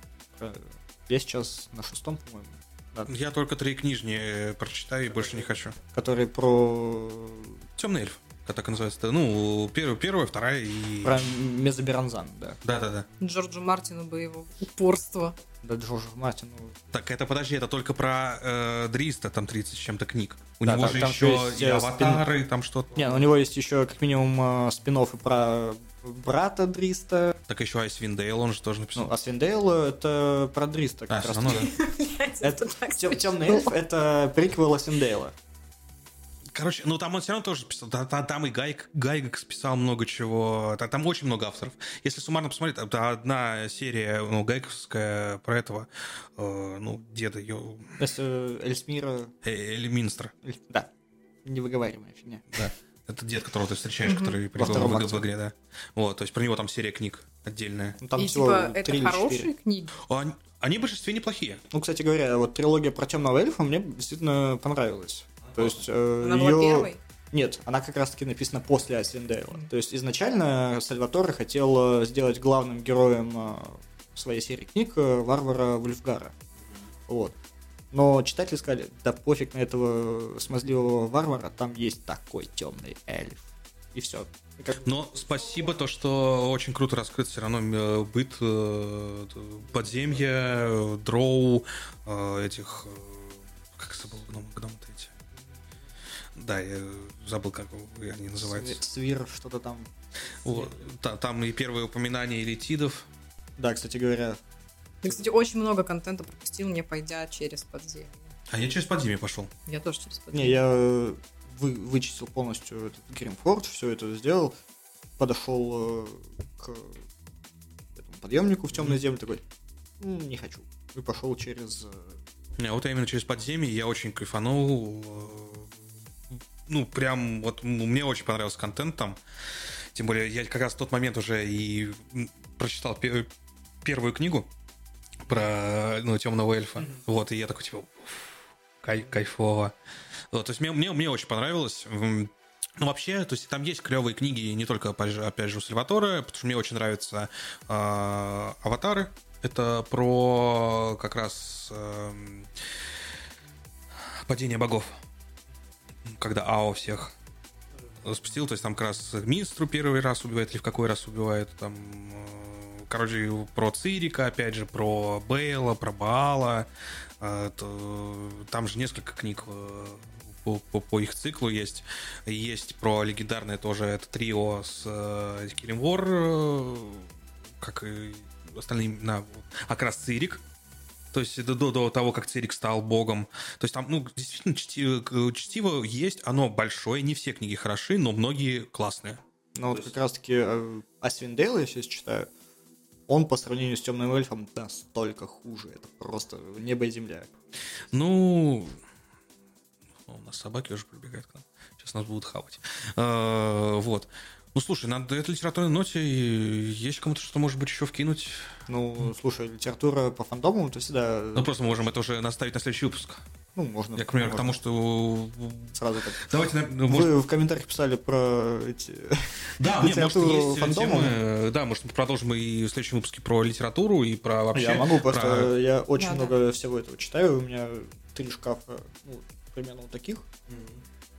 [SPEAKER 1] Я сейчас на шестом, по-моему. Да.
[SPEAKER 2] Я только три книжни прочитаю и больше не хочу.
[SPEAKER 1] Которые про...
[SPEAKER 2] Темный эльф. Так и называется. Ну, первая, первая, вторая и...
[SPEAKER 1] Про Мезоберанзан, да.
[SPEAKER 2] Да-да-да.
[SPEAKER 3] Джорджу Мартину бы его упорство.
[SPEAKER 1] Да, Джорджу Мартину...
[SPEAKER 2] Так, это, подожди, это только про э, Дриста, там тридцать с чем-то книг. У
[SPEAKER 1] да,
[SPEAKER 2] него
[SPEAKER 1] там,
[SPEAKER 2] же
[SPEAKER 1] там
[SPEAKER 2] еще
[SPEAKER 1] есть,
[SPEAKER 2] и аватары, спин... там что-то...
[SPEAKER 1] Не, у него есть еще как минимум спин-оффы про брата Дриста.
[SPEAKER 2] Так еще Айсвин Дейл, он же тоже написал.
[SPEAKER 1] Ну, Айсвин Дейл — это про Дриста как
[SPEAKER 2] а,
[SPEAKER 1] раз.
[SPEAKER 2] Ну, да.
[SPEAKER 1] Темный эльф — это приквел Айсвин Дейла.
[SPEAKER 2] Короче, ну там он все равно тоже писал, там, там и Гайг, Гайгакс писал много чего, там очень много авторов. Если суммарно посмотреть, это одна серия, ну, гайговская про этого, э, ну, деда ее...
[SPEAKER 1] Эльсмира...
[SPEAKER 2] Эльминстра.
[SPEAKER 1] Да, невыговариваемая фигня.
[SPEAKER 2] Да, это дед, которого ты встречаешь, mm-hmm. который прикол в, в игре, да. Вот, то есть про него там серия книг отдельная.
[SPEAKER 1] Ну, там
[SPEAKER 3] и
[SPEAKER 1] всего
[SPEAKER 3] типа это хорошие книги?
[SPEAKER 2] Они, они в большинстве неплохие.
[SPEAKER 1] Ну, кстати говоря, вот трилогия про темного эльфа мне действительно понравилась. То есть, э,
[SPEAKER 3] она
[SPEAKER 1] ее...
[SPEAKER 3] была первой?
[SPEAKER 1] Нет, она как раз-таки написана после Айсвин Дейла. Mm-hmm. То есть изначально Сальваторе хотел сделать главным героем своей серии книг варвара Вульфгара. Вот. Но читатели сказали, да пофиг на этого смазливого варвара, там есть такой темный эльф. И все. И как...
[SPEAKER 2] Но спасибо то, что очень круто раскрыт все равно быт подземья, дроу, этих... Как забыл гномы-то эти? Да, я забыл, как они называются.
[SPEAKER 1] Свир, что-то там.
[SPEAKER 2] Вот, там и первые упоминания элитидов.
[SPEAKER 1] Да, кстати говоря.
[SPEAKER 3] Ты, кстати, очень много контента пропустил, не пойдя через подземье.
[SPEAKER 2] А я через подземье пошел.
[SPEAKER 3] Я тоже через подземье.
[SPEAKER 1] Не, я вы, вычистил полностью этот Гримфордж, все это сделал, подошел э, к этому подъемнику в темной mm-hmm. земле, такой, не хочу. И пошел через...
[SPEAKER 2] Не, вот именно через подземье я очень кайфанул. Ну, прям, вот мне очень понравился контент там. Тем более, я как раз в тот момент уже и прочитал пер- первую книгу про ну, темного эльфа. Mm-hmm. Вот, и я такой, типа, кай- кайфово. Вот, то есть мне, мне, мне очень понравилось. Ну, вообще, то есть там есть клевые книги, не только, опять же, опять же у Сальваторе, потому что мне очень нравятся э, аватары. Это про как раз э, падение богов. Когда Ао всех спустил, то есть там как раз Минстру первый раз убивает, или в какой раз убивает, там, э, короче, про Цирика, опять же, про Бейла, про Баала, э, то, там же несколько книг э, по, по, по их циклу есть, есть про легендарное тоже это трио с э, Killing War, э, как и остальные имена, а как раз Цирик. То есть до, до, до того, как Цирик стал богом. То есть там, ну, действительно, чтиво, чтиво есть, оно большое, не все книги хороши, но многие классные.
[SPEAKER 1] Ну вот есть... как раз-таки э, Айсвин Дейла, я сейчас читаю, он по сравнению с темным эльфом настолько хуже. Это просто небо и земля.
[SPEAKER 2] Ну, у нас собаки уже прибегают к нам. Сейчас нас будут хавать. А, вот. Ну, слушай, на этой литературной ноте есть кому-то что-то, может быть, еще вкинуть?
[SPEAKER 1] Ну, слушай, литература по фандому, то всегда...
[SPEAKER 2] Ну, просто мы можем это уже наставить на следующий выпуск.
[SPEAKER 1] Ну, можно.
[SPEAKER 2] Я, к примеру,
[SPEAKER 1] можно.
[SPEAKER 2] к тому, что...
[SPEAKER 1] Сразу так.
[SPEAKER 2] Давайте... Ну,
[SPEAKER 1] Вы
[SPEAKER 2] может...
[SPEAKER 1] в комментариях писали про эти...
[SPEAKER 2] Да, нет, может, есть фандома. Темы... Да, может, мы продолжим и в следующем выпуске про литературу и про вообще...
[SPEAKER 1] Я могу, просто
[SPEAKER 2] про...
[SPEAKER 1] я очень
[SPEAKER 3] да,
[SPEAKER 1] много
[SPEAKER 3] да.
[SPEAKER 1] всего этого читаю. У меня три шкафа, ну, примерно вот таких.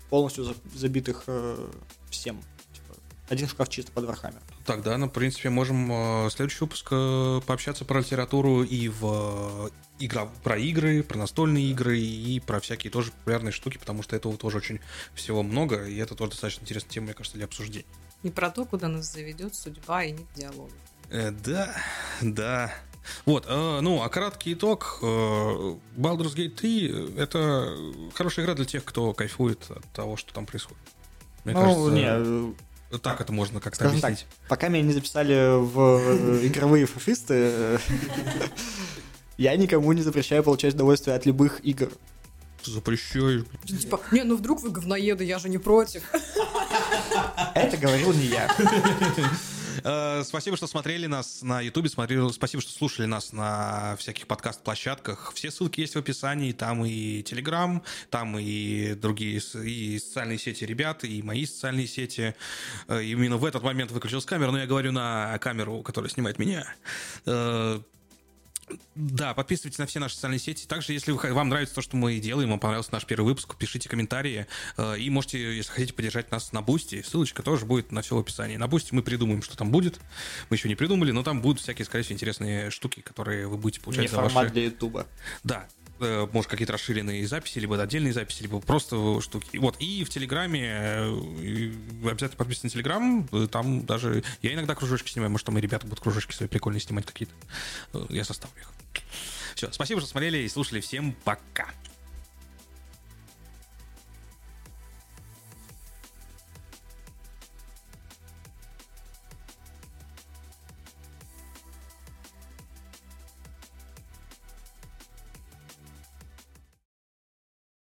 [SPEAKER 1] полностью забитых э, всем. Типа, один шкаф чисто под Warhammer.
[SPEAKER 2] Тогда, ну, в принципе, можем э, следующий выпуск э, пообщаться про литературу и в э, игра, про игры, про настольные игры и про всякие тоже популярные штуки, потому что этого тоже очень всего много, и это тоже достаточно интересная тема, мне кажется, для обсуждения.
[SPEAKER 3] И про то, куда нас заведет судьба, и нет диалога.
[SPEAKER 2] Э, да, да. Вот, э, ну, а краткий итог. Э, Baldur's Gate три — это хорошая игра для тех, кто кайфует от того, что там происходит. Мне
[SPEAKER 1] ну,
[SPEAKER 2] кажется,
[SPEAKER 1] не,
[SPEAKER 2] так это можно как-то
[SPEAKER 1] скажем
[SPEAKER 2] объяснить.
[SPEAKER 1] Так, пока меня не записали в игровые фашисты, я никому не запрещаю получать удовольствие от любых игр.
[SPEAKER 2] Запрещаешь.
[SPEAKER 3] Типа, не, ну вдруг вы говноеды, я же не против.
[SPEAKER 1] Это говорил не я.
[SPEAKER 2] Спасибо, что смотрели нас на Ютубе, спасибо, что слушали нас на всяких подкаст-площадках. Все ссылки есть в описании, там и Телеграм, там и другие и социальные сети ребят, и мои социальные сети. Именно в этот момент выключилась камера, но я говорю на камеру, которая снимает меня. Да, подписывайтесь на все наши социальные сети. Также, если вы, вам нравится то, что мы делаем, вам понравился наш первый выпуск, пишите комментарии. Э, и можете, если хотите, поддержать нас на Бусти. Ссылочка тоже будет на все в описании. На Бусти мы придумаем, что там будет. Мы еще не придумали, но там будут всякие, скорее всего, интересные штуки, которые вы будете получать
[SPEAKER 1] не
[SPEAKER 2] за
[SPEAKER 1] формат
[SPEAKER 2] ваши...
[SPEAKER 1] для Ютуба.
[SPEAKER 2] Да. Э, может, какие-то расширенные записи, либо отдельные записи, либо просто штуки. Вот. И в Телеграме э, обязательно подписывайтесь на Телеграм. Там даже... Я иногда кружочки снимаю. Может, там и ребята будут кружочки свои прикольные снимать какие-то. Э, я составлю их. Все, спасибо, что смотрели и слушали. Всем пока.